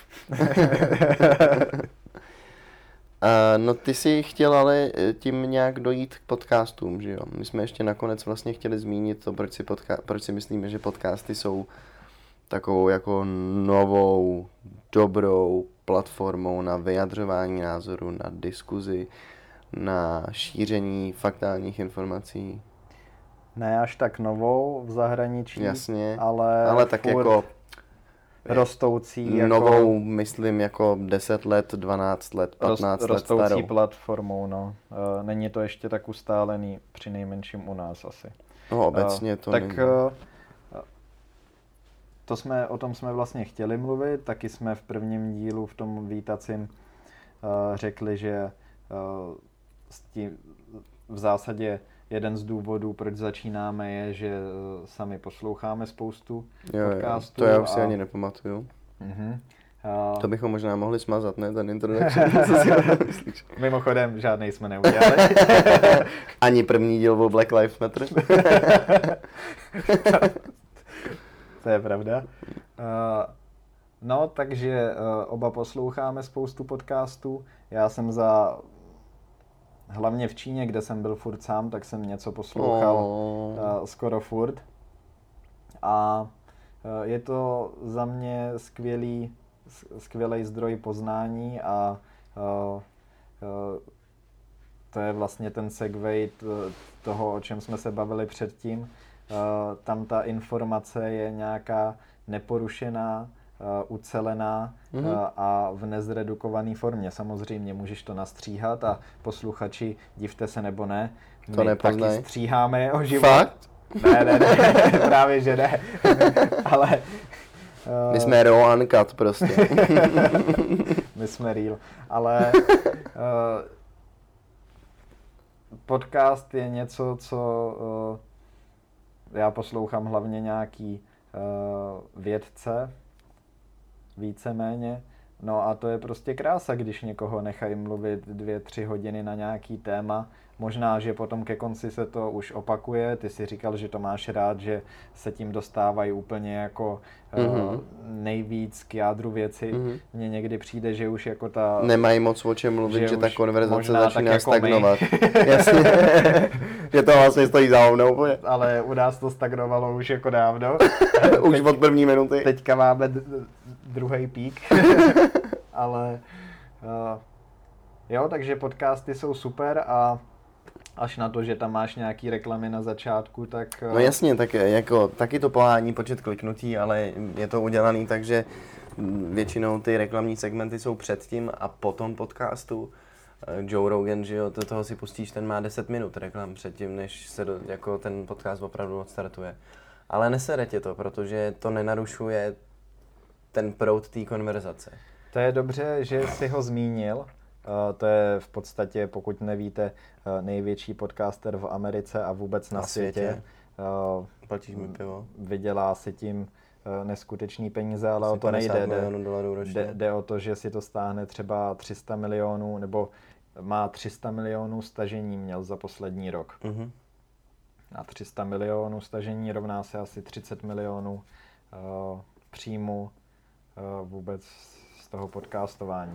[SPEAKER 1] A, no ty jsi chtěl ale tím nějak dojít k podcastům, že jo? My jsme ještě nakonec vlastně chtěli zmínit to, proč si, podca- proč si myslíme, že podcasty jsou takovou jako novou, dobrou platformou na vyjadřování názoru, na diskuzi, na šíření faktálních informací.
[SPEAKER 2] Ne až tak novou v zahraničí,
[SPEAKER 1] jasně,
[SPEAKER 2] ale,
[SPEAKER 1] ale tak jako
[SPEAKER 2] rostoucí.
[SPEAKER 1] Novou,
[SPEAKER 2] jako,
[SPEAKER 1] myslím, jako deset let, dvanáct let, patnáct
[SPEAKER 2] rost,
[SPEAKER 1] let
[SPEAKER 2] rostoucí
[SPEAKER 1] starou.
[SPEAKER 2] platformou, no. Není to ještě tak ustálený, při nejmenším u nás asi.
[SPEAKER 1] No obecně to
[SPEAKER 2] tak,
[SPEAKER 1] není.
[SPEAKER 2] To jsme, o tom jsme vlastně chtěli mluvit, taky jsme v prvním dílu, v tom vítacím, uh, řekli, že uh, s tím, v zásadě jeden z důvodů, proč začínáme, je, že uh, sami posloucháme spoustu
[SPEAKER 1] jo,
[SPEAKER 2] podcastů.
[SPEAKER 1] Jo, to já už si a... ani nepamatuju.
[SPEAKER 2] Uh-huh. Uh,
[SPEAKER 1] to bychom možná mohli smazat, ne, ten introduction. Co si myslíš?
[SPEAKER 2] Mimochodem, žádnej jsme neudělali.
[SPEAKER 1] Ani první díl o Black Lives Matter.
[SPEAKER 2] To je pravda. Uh, no, takže uh, oba posloucháme spoustu podcastů. Já jsem za... Hlavně v Číně, kde jsem byl furt sám, tak jsem něco poslouchal oh. uh, skoro furt. A uh, je to za mě skvělý, skvělý zdroj poznání a uh, uh, to je vlastně ten segway toho, o čem jsme se bavili předtím. Uh, tam ta informace je nějaká neporušená, uh, ucelená mm-hmm. uh, a v nezredukované formě. Samozřejmě můžeš to nastříhat a posluchači, divte se nebo ne,
[SPEAKER 1] to
[SPEAKER 2] my
[SPEAKER 1] nepoznaj.
[SPEAKER 2] taky stříháme o život.
[SPEAKER 1] Fakt?
[SPEAKER 2] Ne, ne, ne, právě že ne. Ale...
[SPEAKER 1] Uh, my jsme raw uncut prostě.
[SPEAKER 2] My jsme real. Ale... Uh, podcast je něco, co... Uh, já poslouchám hlavně nějaký uh, vědce, víceméně. No a to je prostě krása, když někoho nechají mluvit dvě, tři hodiny na nějaký téma. Možná, že potom ke konci se to už opakuje. Ty si říkal, že to máš rád, že se tím dostávají úplně jako mm-hmm. uh, nejvíc k jádru věci. Mm-hmm. Mně někdy přijde, že už jako ta...
[SPEAKER 1] Nemají moc o čem mluvit, že, že ta konverzace začíná
[SPEAKER 2] jako
[SPEAKER 1] stagnovat. Jasně. Že to vlastně stojí za hovnou.
[SPEAKER 2] Ale u nás to stagnovalo už jako dávno.
[SPEAKER 1] Už
[SPEAKER 2] Teď,
[SPEAKER 1] od první minuty.
[SPEAKER 2] Teďka máme d- druhý pík. Ale uh, jo, takže podcasty jsou super a až na to, že tam máš nějaký reklamy na začátku, tak...
[SPEAKER 1] No jasně, tak jako taky to pohání počet kliknutí, ale je to udělaný tak, že většinou ty reklamní segmenty jsou předtím a potom podcastu. Joe Rogan, že jo, to toho si pustíš, ten má deset minut reklam předtím, než se do, jako ten podcast opravdu odstartuje. Ale nesere tě to, protože to nenarušuje ten proud té konverzace.
[SPEAKER 2] To je dobře, že jsi ho zmínil. Uh, to je v podstatě, pokud nevíte, uh, největší podcaster v Americe a vůbec na, na světě. světě. Uh,
[SPEAKER 1] Platíš mi pivo.
[SPEAKER 2] Vydělá si tím uh, neskutečný peníze, ale o to nejde. Jde, jde, jde o to, že si to stáhne třeba tři sta milionů, nebo má tři sta milionů stažení měl za poslední rok. Uh-huh. A tři sta milionů stažení rovná se asi třicet milionů uh, příjmu uh, vůbec z toho podcastování.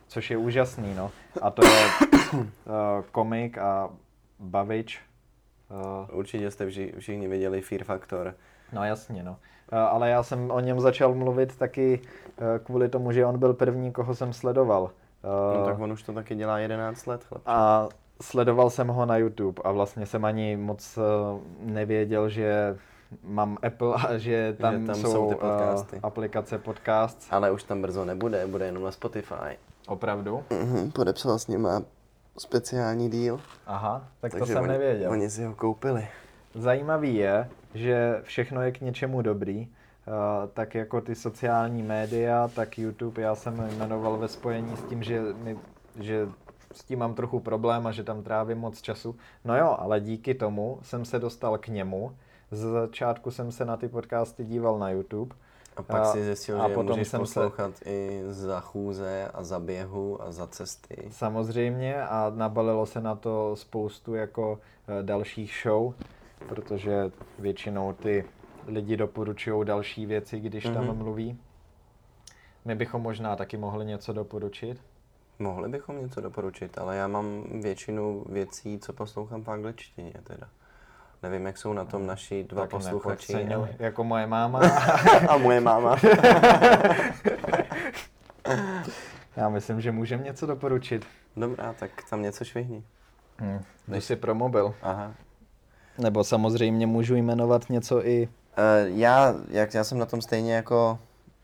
[SPEAKER 2] což je úžasný, no. A to je uh, komik a bavič.
[SPEAKER 1] Uh, Určitě jste vši, všichni viděli Fear Factor.
[SPEAKER 2] No jasně, no. Uh, ale já jsem o něm začal mluvit taky uh, kvůli tomu, že on byl první, koho jsem sledoval.
[SPEAKER 1] Uh, no tak on už to taky dělá jedenáct let, chlapče.
[SPEAKER 2] A sledoval jsem ho na YouTube a vlastně jsem ani moc uh, nevěděl, že mám Apple a že tam,
[SPEAKER 1] že tam
[SPEAKER 2] jsou,
[SPEAKER 1] jsou ty podcasty.
[SPEAKER 2] Uh, aplikace podcast.
[SPEAKER 1] Ale už tam brzo nebude, bude jenom na Spotify.
[SPEAKER 2] Opravdu?
[SPEAKER 1] Mhm, podepsal s nima speciální díl.
[SPEAKER 2] Aha, tak
[SPEAKER 1] takže
[SPEAKER 2] to jsem
[SPEAKER 1] oni,
[SPEAKER 2] nevěděl.
[SPEAKER 1] Oni si ho koupili.
[SPEAKER 2] Zajímavý je, že všechno je k něčemu dobrý. Uh, tak jako ty sociální média, tak YouTube já jsem jmenoval ve spojení s tím, že, mi, že s tím mám trochu problém a že tam trávím moc času. No jo, ale díky tomu jsem se dostal k němu. Z začátku jsem se na ty podcasty díval na YouTube.
[SPEAKER 1] A pak a, si zjistil,
[SPEAKER 2] a
[SPEAKER 1] že
[SPEAKER 2] potom
[SPEAKER 1] můžeš
[SPEAKER 2] jsem
[SPEAKER 1] poslouchat
[SPEAKER 2] se...
[SPEAKER 1] i za chůze a za běhu a za cesty.
[SPEAKER 2] Samozřejmě a nabalilo se na to spoustu jako dalších show, protože většinou ty lidi doporučují další věci, když mm-hmm. tam mluví. My bychom možná taky mohli něco doporučit.
[SPEAKER 1] Mohli bychom něco doporučit, ale já mám většinu věcí, co poslouchám v angličtině teda. Nevím, jak jsou na tom naši dva tak posluchači.
[SPEAKER 2] Ale... Jako moje máma.
[SPEAKER 1] A moje máma.
[SPEAKER 2] Já myslím, že můžeme něco doporučit.
[SPEAKER 1] Dobrá, tak tam něco švihni.
[SPEAKER 2] Hmm. Jdu si pro mobil.
[SPEAKER 1] Aha.
[SPEAKER 2] Nebo samozřejmě můžu jmenovat něco i...
[SPEAKER 1] Uh, já, jak, já jsem na tom stejně jako...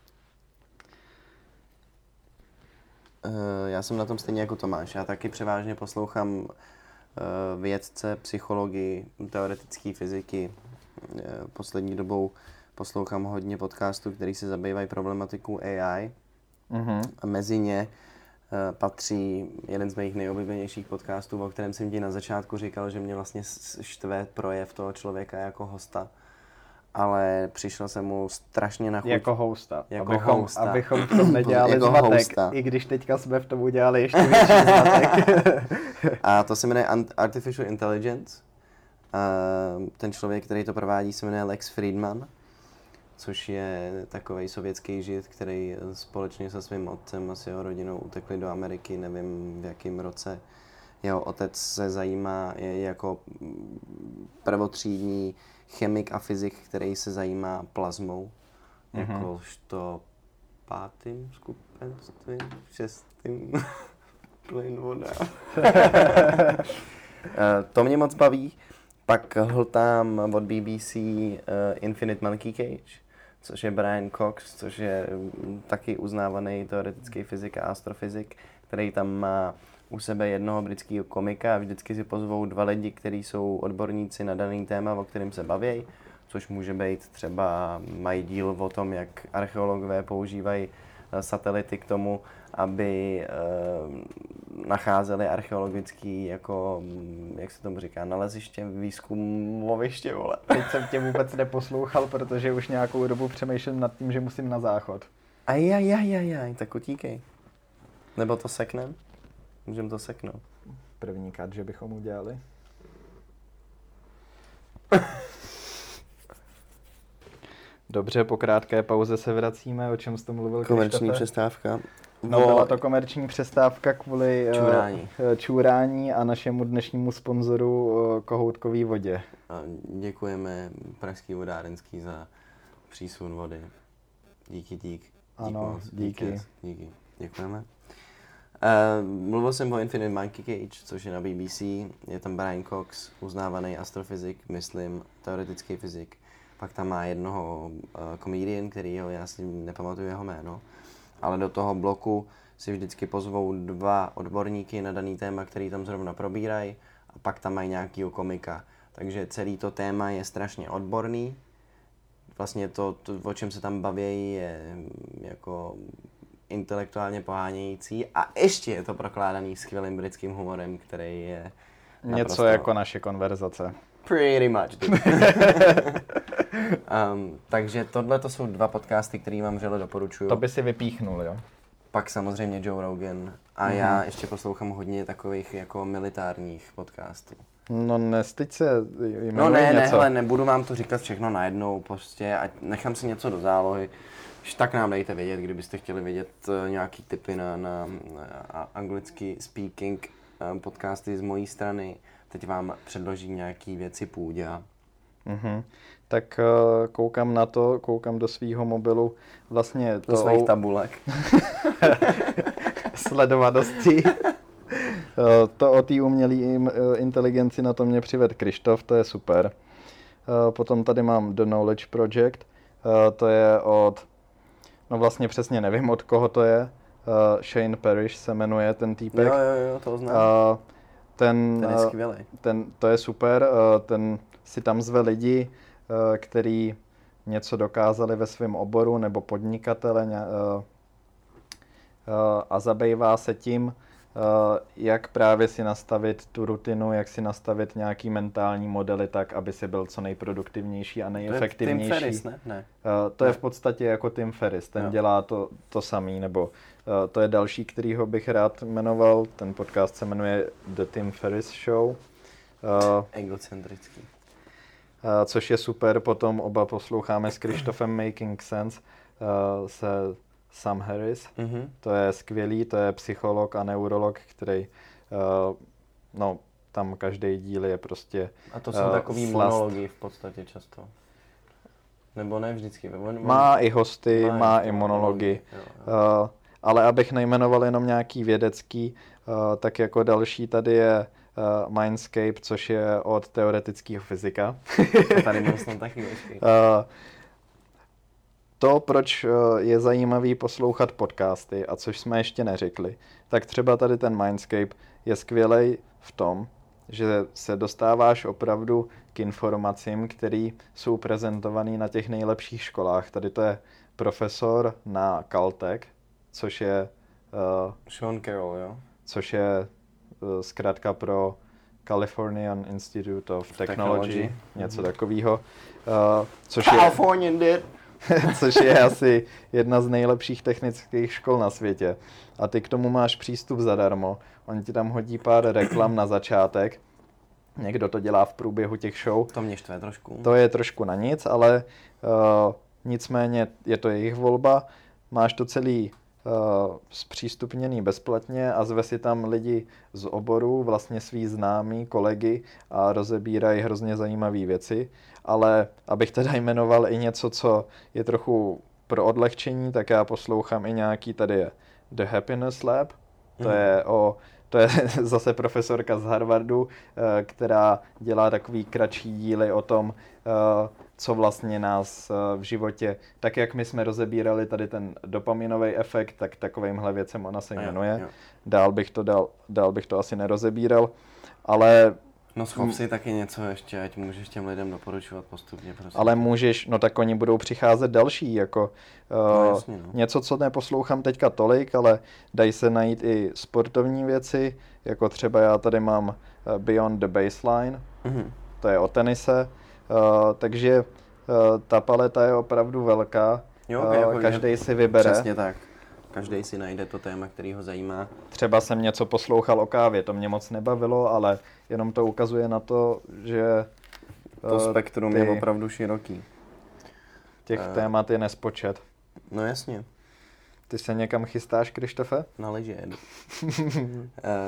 [SPEAKER 1] Uh, já jsem na tom stejně jako Tomáš. Já taky převážně poslouchám uh, vědce, psychologii, teoretické fyziky. Uh, poslední dobou poslouchám hodně podcastů, který se zabývají problematikou A I.
[SPEAKER 2] Mm-hmm.
[SPEAKER 1] A mezi ně uh, patří jeden z mých nejoblíbenějších podcastů, o kterém jsem ti na začátku říkal, že mě vlastně štve projev toho člověka jako hosta. Ale přišel jsem mu strašně na chuť.
[SPEAKER 2] Jako hosta.
[SPEAKER 1] Jako
[SPEAKER 2] abychom,
[SPEAKER 1] hosta.
[SPEAKER 2] Abychom v tom nedělali
[SPEAKER 1] jako
[SPEAKER 2] zmatek,
[SPEAKER 1] hosta.
[SPEAKER 2] I když teďka jsme v tom udělali ještě větší zmatek.
[SPEAKER 1] A to se jmenuje Artificial Intelligence. A ten člověk, který to provádí, se jmenuje Lex Fridman, což je takovej sovětský žid, který společně se svým otcem a s jeho rodinou utekli do Ameriky, nevím v jakém roce. Jeho otec se zajímá, je jako prvotřídní chemik a fyzik, který se zajímá plazmou, mm-hmm. jakožto pátým skupenstvím, šestým plyn voda. To mě moc baví. Pak hltám od B B C uh, Infinite Monkey Cage, což je Brian Cox, což je taky uznávaný teoretický fyzik a astrofyzik, který tam má u sebe jednoho britského komika a vždycky si pozvou dva lidi, kteří jsou odborníci na daný téma, o kterém se baví, což může být třeba, mají díl o tom, jak archeologové používají satelity k tomu, aby e, nacházeli archeologický, jako, jak se tomu říká, naleziště, výzkumoviště, vole.
[SPEAKER 2] Teď jsem tě vůbec neposlouchal, protože už nějakou dobu přemýšlím nad tím, že musím na záchod.
[SPEAKER 1] Ajajajajaj, tak utíkej. Nebo to seknem? Můžeme to seknout.
[SPEAKER 2] První kat, že bychom udělali. Dobře, po krátké pauze se vracíme, o čem jsi to mluvil,
[SPEAKER 1] Komerční
[SPEAKER 2] Krištofe?
[SPEAKER 1] přestávka.
[SPEAKER 2] No, byla to komerční přestávka kvůli
[SPEAKER 1] čurání,
[SPEAKER 2] uh, čurání a našemu dnešnímu sponzoru uh, kohoutkový vodě.
[SPEAKER 1] A děkujeme Pražský vodárenský za přísun vody. Díky, dík.
[SPEAKER 2] Ano,
[SPEAKER 1] moc.
[SPEAKER 2] díky.
[SPEAKER 1] Díky. Díky. Děkujeme. Uh, mluvil jsem o Infinite Monkey Cage, což je na B B C. Je tam Brian Cox, uznávaný astrofyzik, myslím, teoretický fyzik. Pak tam má jednoho uh, comedian, kterýho já si nepamatuju jeho jméno. Ale do toho bloku si vždycky pozvou dva odborníky na daný téma, který tam zrovna probírají. A pak tam mají nějakýho komika. Takže celý to téma je strašně odborný. Vlastně to, to o čem se tam baví, je jako intelektuálně pohánějící a ještě je to prokládaný skvělým britským humorem, který je
[SPEAKER 2] něco
[SPEAKER 1] naprosto...
[SPEAKER 2] jako naše konverzace.
[SPEAKER 1] Pretty much. um, takže tohle to jsou dva podcasty, které vám vřele doporučuju.
[SPEAKER 2] To by si vypíchnul, jo?
[SPEAKER 1] Pak samozřejmě Joe Rogan a mm-hmm. já ještě poslouchám hodně takových jako militárních podcastů.
[SPEAKER 2] No nestyď se,
[SPEAKER 1] No ne,
[SPEAKER 2] něco.
[SPEAKER 1] ne, hele, nebudu vám to říkat všechno najednou, prostě, ať nechám si něco do zálohy. Tak nám dejte vědět, kdybyste chtěli vědět nějaký tipy na, na, na anglicky speaking podcasty z mojí strany. Teď vám předložím nějaký věci půjde.
[SPEAKER 2] Mm-hmm. Tak uh, koukám na to, koukám do svýho mobilu. Vlastně to
[SPEAKER 1] do svých tabulek.
[SPEAKER 2] Sledovanosti. To o té umělé inteligenci na to mě přived Krištof, to je super. Potom tady mám The Knowledge Project, to je od, no vlastně přesně nevím od koho to je, Shane Parrish se jmenuje ten týpek.
[SPEAKER 1] Jo, jo, jo, to znám.
[SPEAKER 2] Ten,
[SPEAKER 1] ten je skvělý.
[SPEAKER 2] Ten, to je super, ten si tam zve lidi, který něco dokázali ve svém oboru nebo podnikatele a zabývá se tím, jak právě si nastavit tu rutinu, jak si nastavit nějaký mentální modely tak, aby si byl co nejproduktivnější a nejefektivnější.
[SPEAKER 1] To je Tim Ferriss, ne? ne.
[SPEAKER 2] To je v podstatě jako Tim Ferriss, ten jo. dělá to, to samý, nebo to je další, kterýho bych rád jmenoval, ten podcast se jmenuje The Tim Ferriss Show.
[SPEAKER 1] Egocentrický.
[SPEAKER 2] Což je super, potom oba posloucháme s Krištofem Making Sense, se Sam Harris, mm-hmm. to je skvělý, to je psycholog a neurolog, který, uh, no, tam každý díl je prostě
[SPEAKER 1] A to jsou uh, takový slast. Monology v podstatě často. Nebo ne vždycky. On,
[SPEAKER 2] má i hosty, má, má i monology, jo, jo. Uh, ale abych nejmenoval jenom nějaký vědecký, uh, tak jako další tady je uh, Mindscape, což je od teoretického fyzika.
[SPEAKER 1] To tady byl snad taky uh,
[SPEAKER 2] To, proč je zajímavý poslouchat podcasty, a což jsme ještě neřekli, tak třeba tady ten Mindscape je skvělej v tom, že se dostáváš opravdu k informacím, které jsou prezentované na těch nejlepších školách. Tady to je profesor na Caltech, což je...
[SPEAKER 1] Uh, Sean Carroll, jo?
[SPEAKER 2] Což je uh, zkrátka pro Californian Institute of Technology, Technology. něco mm-hmm. takového. Uh, což
[SPEAKER 1] Californian je... did.
[SPEAKER 2] což je asi jedna z nejlepších technických škol na světě. A ty k tomu máš přístup zadarmo. On ti tam hodí pár reklam na začátek. Někdo to dělá v průběhu těch show.
[SPEAKER 1] To mě štve trošku.
[SPEAKER 2] To je trošku na nic, ale uh, nicméně je to jejich volba. Máš to celý uh, zpřístupněný bezplatně a zve si tam lidi z oboru, vlastně svý známí, kolegy a rozebírají hrozně zajímavé věci. Ale abych teda jmenoval i něco, co je trochu pro odlehčení, tak já poslouchám i nějaký, tady je The Happiness Lab, to mm. je o, to je zase profesorka z Harvardu, která dělá takový kratší díly o tom, co vlastně nás v životě, tak jak my jsme rozebírali tady ten dopaminový efekt, tak takovýmhle věcem ona se jmenuje. Jo, jo. Dál bych to, dál, dál bych to asi nerozebíral, ale...
[SPEAKER 1] No schop si taky něco ještě, ať můžeš těm lidem doporučovat postupně. Prosím.
[SPEAKER 2] Ale můžeš, no tak oni budou přicházet další, jako
[SPEAKER 1] no, uh, jasně, no.
[SPEAKER 2] něco, co neposlouchám teďka tolik, ale dají se najít i sportovní věci, jako třeba já tady mám Beyond the Baseline, mm-hmm. to je o tenise, uh, takže uh, ta paleta je opravdu velká,
[SPEAKER 1] jo,
[SPEAKER 2] uh,
[SPEAKER 1] jako
[SPEAKER 2] každý si vybere.
[SPEAKER 1] Přesně tak. Každý si najde to téma, který ho zajímá.
[SPEAKER 2] Třeba jsem něco poslouchal o kávě, to mě moc nebavilo, ale jenom to ukazuje na to, že...
[SPEAKER 1] To uh, spektrum ty, je opravdu široký.
[SPEAKER 2] Těch uh, témat je nespočet.
[SPEAKER 1] No jasně.
[SPEAKER 2] Ty se někam chystáš, Krištofe?
[SPEAKER 1] Na lyže jedu. uh,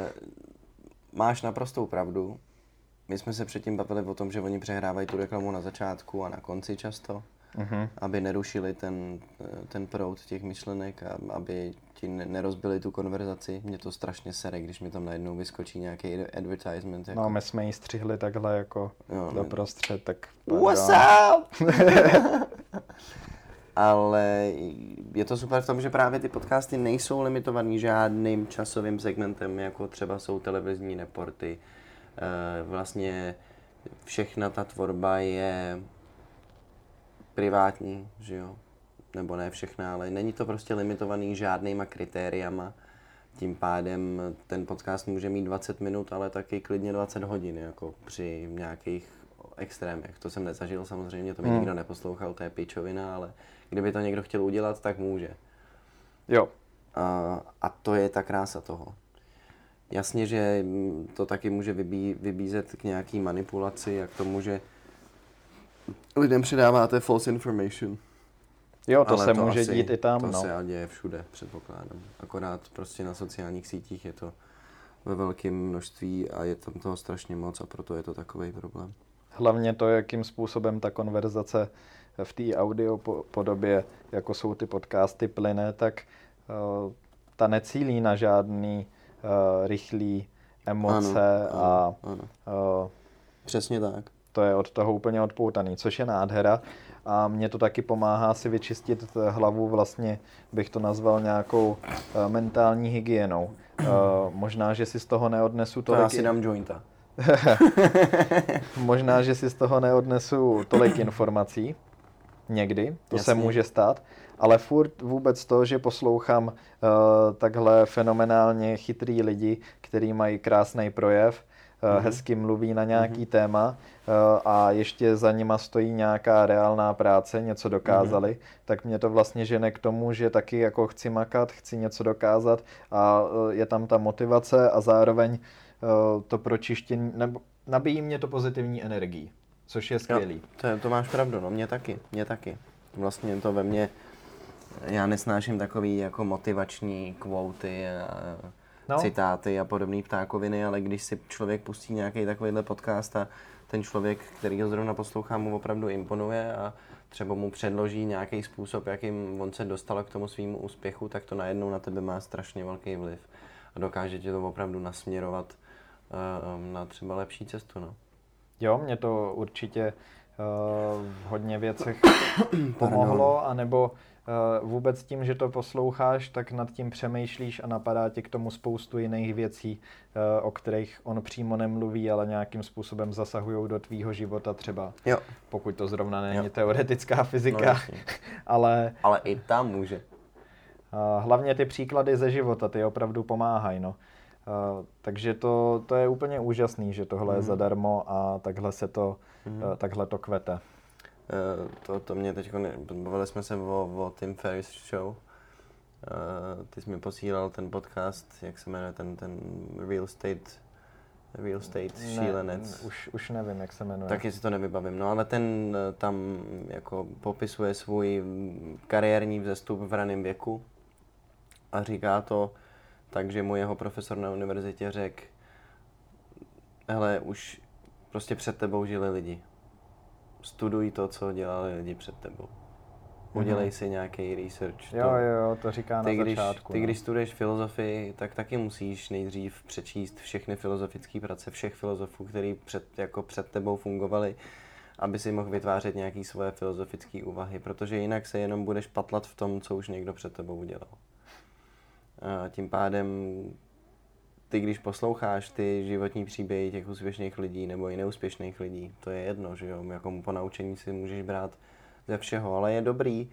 [SPEAKER 1] máš naprostou pravdu. My jsme se předtím bavili o tom, že oni přehrávají tu reklamu na začátku a na konci často. Uh-huh. Aby nerušili ten, ten proud těch myšlenek a aby ti nerozbili tu konverzaci. Mě to strašně sere, když mi tam najednou vyskočí nějaký advertisement. Jako...
[SPEAKER 2] No, my jsme ji střihli takhle jako jo, doprostřed, tak...
[SPEAKER 1] What's up? Ale je to super v tom, že právě ty podcasty nejsou limitovaný žádným časovým segmentem, jako třeba jsou televizní reporty. Vlastně všechna ta tvorba je privátní, že jo, nebo ne všechna, ale není to prostě limitovaný žádnýma kritériama. Tím pádem ten podcast může mít dvacet minut, ale taky klidně dvacet hodin, jako při nějakých extrémech. To jsem nezažil samozřejmě, to mi hmm. nikdo neposlouchal, to je pičovina, ale kdyby to někdo chtěl udělat, tak může.
[SPEAKER 2] Jo.
[SPEAKER 1] A, a to je ta krása toho. Jasně, že to taky může vybí, vybízet k nějaký manipulaci, jak to může lidem předáváte false information.
[SPEAKER 2] Jo, to
[SPEAKER 1] Ale
[SPEAKER 2] se
[SPEAKER 1] to
[SPEAKER 2] může
[SPEAKER 1] asi,
[SPEAKER 2] dít i tam,
[SPEAKER 1] to
[SPEAKER 2] no.
[SPEAKER 1] se děje všude, předpokládám. Akorát prostě na sociálních sítích je to ve velkém množství a je tam toho strašně moc a proto je to takový problém.
[SPEAKER 2] Hlavně to, jakým způsobem ta konverzace v té audio podobě, jako jsou ty podcasty, plyne, tak uh, ta necílí na žádný uh, rychlý emoce
[SPEAKER 1] ano,
[SPEAKER 2] a
[SPEAKER 1] ano.
[SPEAKER 2] Uh,
[SPEAKER 1] přesně tak.
[SPEAKER 2] To je od toho úplně odpoutaný, což je nádhera. A mě to taky pomáhá si vyčistit hlavu, vlastně bych to nazval nějakou uh, mentální hygienou. Uh, možná, že si z toho neodnesu tolik...
[SPEAKER 1] To já si dám jointa.
[SPEAKER 2] Možná, že si z toho neodnesu tolik informací. Někdy, to
[SPEAKER 1] Jasně.
[SPEAKER 2] se může stát. Ale furt vůbec to, že poslouchám uh, takhle fenomenálně chytrý lidi, kteří mají krásný projev, mm-hmm. hezky mluví na nějaký mm-hmm. téma a ještě za nima stojí nějaká reálná práce, něco dokázali, mm-hmm. tak mě to vlastně žene k tomu, že taky jako chci makat, chci něco dokázat a je tam ta motivace a zároveň to pročištění, nebo nabíjí mě to pozitivní energií, což je skvělý.
[SPEAKER 1] Jo, to, to máš pravdu, no mě taky, mě taky. Vlastně to ve mně, já nesnáším takový jako motivační kvóty a no. citáty a podobné ptákoviny, ale když si člověk pustí nějaký takovýhle podcast a ten člověk, který ho zrovna poslouchá, mu opravdu imponuje a třeba mu předloží nějaký způsob, jakým on se dostal k tomu svýmu úspěchu, tak to najednou na tebe má strašně velký vliv a dokáže tě to opravdu nasměrovat uh, na třeba lepší cestu. No.
[SPEAKER 2] Jo, mě to určitě uh, v hodně věcech pomohlo, anebo Uh, vůbec tím, že to posloucháš, tak nad tím přemýšlíš a napadá tě k tomu spoustu jiných věcí, uh, o kterých on přímo nemluví, ale nějakým způsobem zasahují do tvýho života třeba. Jo. Pokud to zrovna není jo. teoretická fyzika, no, ale...
[SPEAKER 1] Ale i tam může.
[SPEAKER 2] Uh, hlavně ty příklady ze života, ty opravdu pomáhají, no. Uh, takže to, to je úplně úžasný, že tohle mm. je zadarmo a takhle se to, mm. uh, takhle to kvete.
[SPEAKER 1] Uh, to, to mě teď, bavili jsme se o, o Tim Ferriss Show. Uh, ty jsi mi posílal ten podcast, jak se jmenuje, ten, ten Real Estate, Real Estate ne, šílenec.
[SPEAKER 2] Už, už nevím, jak se jmenuje.
[SPEAKER 1] Taky si to nevybavím, no ale ten tam jako popisuje svůj kariérní vzestup v raném věku a říká to tak, že mu jeho profesor na univerzitě řekl, hele, už prostě před tebou žili lidi. Studuj to, co dělali lidi před tebou. Udělej mm-hmm. si nějaký research.
[SPEAKER 2] Jo, to, jo, to říká
[SPEAKER 1] ty,
[SPEAKER 2] na
[SPEAKER 1] když,
[SPEAKER 2] začátku.
[SPEAKER 1] Ty,
[SPEAKER 2] no.
[SPEAKER 1] když studuješ filozofii, tak taky musíš nejdřív přečíst všechny filozofické prace všech filozofů, který před, jako před tebou fungovali, aby si mohl vytvářet nějaké svoje filozofické úvahy, protože jinak se jenom budeš patlat v tom, co už někdo před tebou udělal. A tím pádem ty, když posloucháš ty životní příběhy těch úspěšných lidí nebo i neúspěšných lidí, to je jedno, že jo, jako ponaučení si můžeš brát ze všeho, ale je dobrý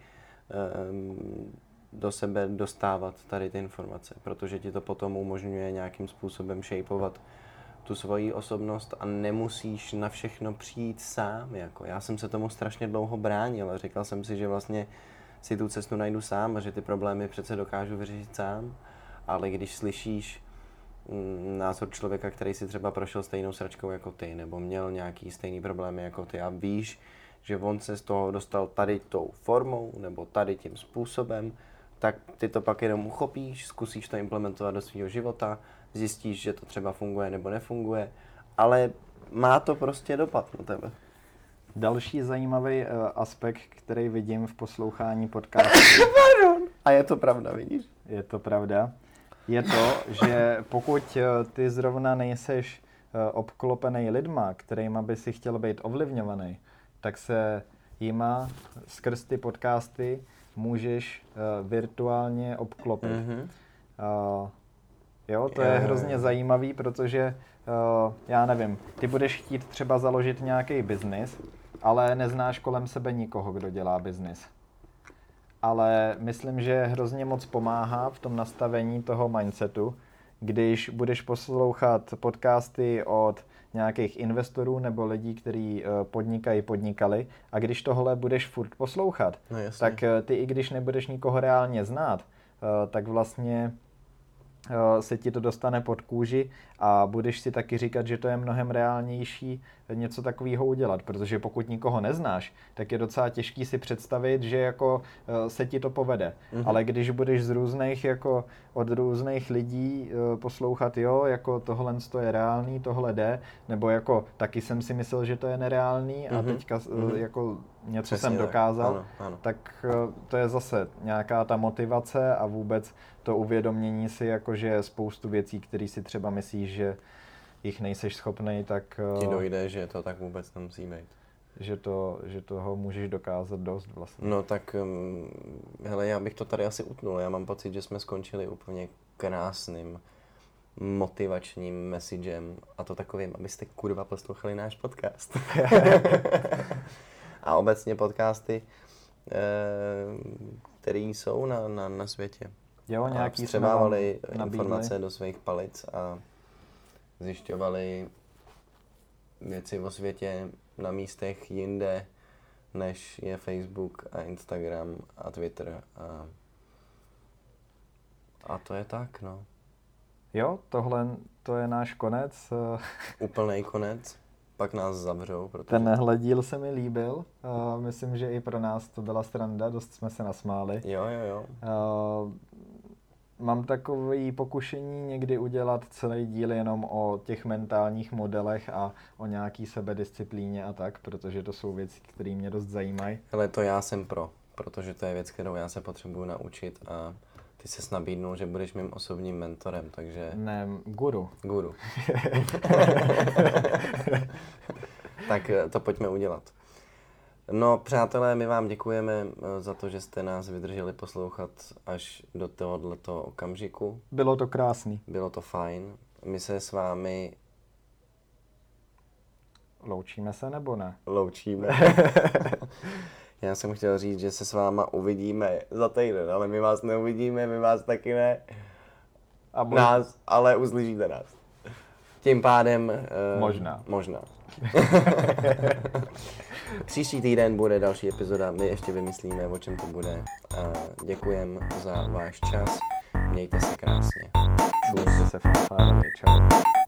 [SPEAKER 1] um, do sebe dostávat tady ty informace, protože ti to potom umožňuje nějakým způsobem shapeovat tu svoji osobnost a nemusíš na všechno přijít sám, jako já jsem se tomu strašně dlouho bránil a říkal jsem si, že vlastně si tu cestu najdu sám a že ty problémy přece dokážu vyřešit sám, ale když slyšíš názor člověka, který si třeba prošel stejnou sračkou jako ty, nebo měl nějaký stejný problémy jako ty a víš, že on se z toho dostal tady tou formou, nebo tady tím způsobem, tak ty to pak jenom uchopíš, zkusíš to implementovat do svého života, zjistíš, že to třeba funguje nebo nefunguje, ale má to prostě dopad na tebe.
[SPEAKER 2] Další zajímavý uh, aspekt, který vidím v poslouchání podcastu.
[SPEAKER 1] A je to pravda, vidíš?
[SPEAKER 2] Je to pravda. Je to, že pokud ty zrovna nejseš obklopený lidma, kterýma by si chtěl být ovlivňovaný, tak se jima skrz ty podcasty můžeš uh, virtuálně obklopit. Mm-hmm. Uh, jo, to je hrozně zajímavý, protože uh, já nevím, ty budeš chtít třeba založit nějaký biznis, ale neznáš kolem sebe nikoho, kdo dělá biznis. Ale myslím, že hrozně moc pomáhá v tom nastavení toho mindsetu, když budeš poslouchat podcasty od nějakých investorů nebo lidí, kteří podnikají, podnikali a když tohle budeš furt poslouchat, no tak ty i když nebudeš nikoho reálně znát, tak vlastně se ti to dostane pod kůži a budeš si taky říkat, že to je mnohem reálnější něco takového udělat, protože pokud nikoho neznáš, tak je docela těžký si představit, že jako se ti to povede. Mm-hmm. Ale když budeš z různých, jako od různých lidí poslouchat, jo, jako tohle to je reálný, tohle jde, nebo jako taky jsem si myslel, že to je nereálný a mm-hmm. teďka mm-hmm. jako něco Přesně jsem dokázal,
[SPEAKER 1] ano, ano.
[SPEAKER 2] tak to je zase nějaká ta motivace a vůbec to uvědomění si, jako že spoustu věcí, které si třeba myslíš, že jich nejseš schopnej, tak
[SPEAKER 1] ti dojde, že to tak vůbec nemusí být.
[SPEAKER 2] Že, to, že toho můžeš dokázat dost vlastně.
[SPEAKER 1] No tak, um, hele, já bych to tady asi utnul. Já mám pocit, že jsme skončili úplně krásným motivačním messagem a to takovým, abyste kurva poslouchali náš podcast. A obecně podcasty, které jsou na, na, na světě.
[SPEAKER 2] Jo, nějaký
[SPEAKER 1] vstřebávali informace do svých palic a zjišťovali věci o světě na místech jinde, než je Facebook a Instagram a Twitter. A, a to je tak, no.
[SPEAKER 2] Jo, tohle to je náš konec.
[SPEAKER 1] Úplnej konec. Pak nás zavřou. Protože...
[SPEAKER 2] Tenhle díl se mi líbil. Uh, myslím, že i pro nás to byla sranda, dost jsme se nasmáli.
[SPEAKER 1] Jo, jo, jo.
[SPEAKER 2] Uh, mám takové pokušení někdy udělat celý díl jenom o těch mentálních modelech a o nějaký sebedisciplíně a tak, protože to jsou věci, které mě dost zajímají.
[SPEAKER 1] Ale to já jsem pro, protože to je věc, kterou já se potřebuju naučit a ty ses nabídnul, že budeš mým osobním mentorem, takže...
[SPEAKER 2] Ne, guru.
[SPEAKER 1] Guru. Tak to pojďme udělat. No, přátelé, my vám děkujeme za to, že jste nás vydrželi poslouchat až do tohoto okamžiku.
[SPEAKER 2] Bylo to krásný.
[SPEAKER 1] Bylo to fajn. My se s vámi...
[SPEAKER 2] Loučíme se nebo ne?
[SPEAKER 1] Loučíme. Já jsem chtěl říct, že se s váma uvidíme za týden, ale my vás neuvidíme, my vás taky ne. A bož... Nás, ale uslyšíte nás. Tím pádem... Uh,
[SPEAKER 2] možná.
[SPEAKER 1] Možná. Příští týden bude další epizoda, my ještě vymyslíme, o čem to bude. Uh, děkujem za váš čas, mějte se krásně.
[SPEAKER 2] Mějte se fanfárově, čau.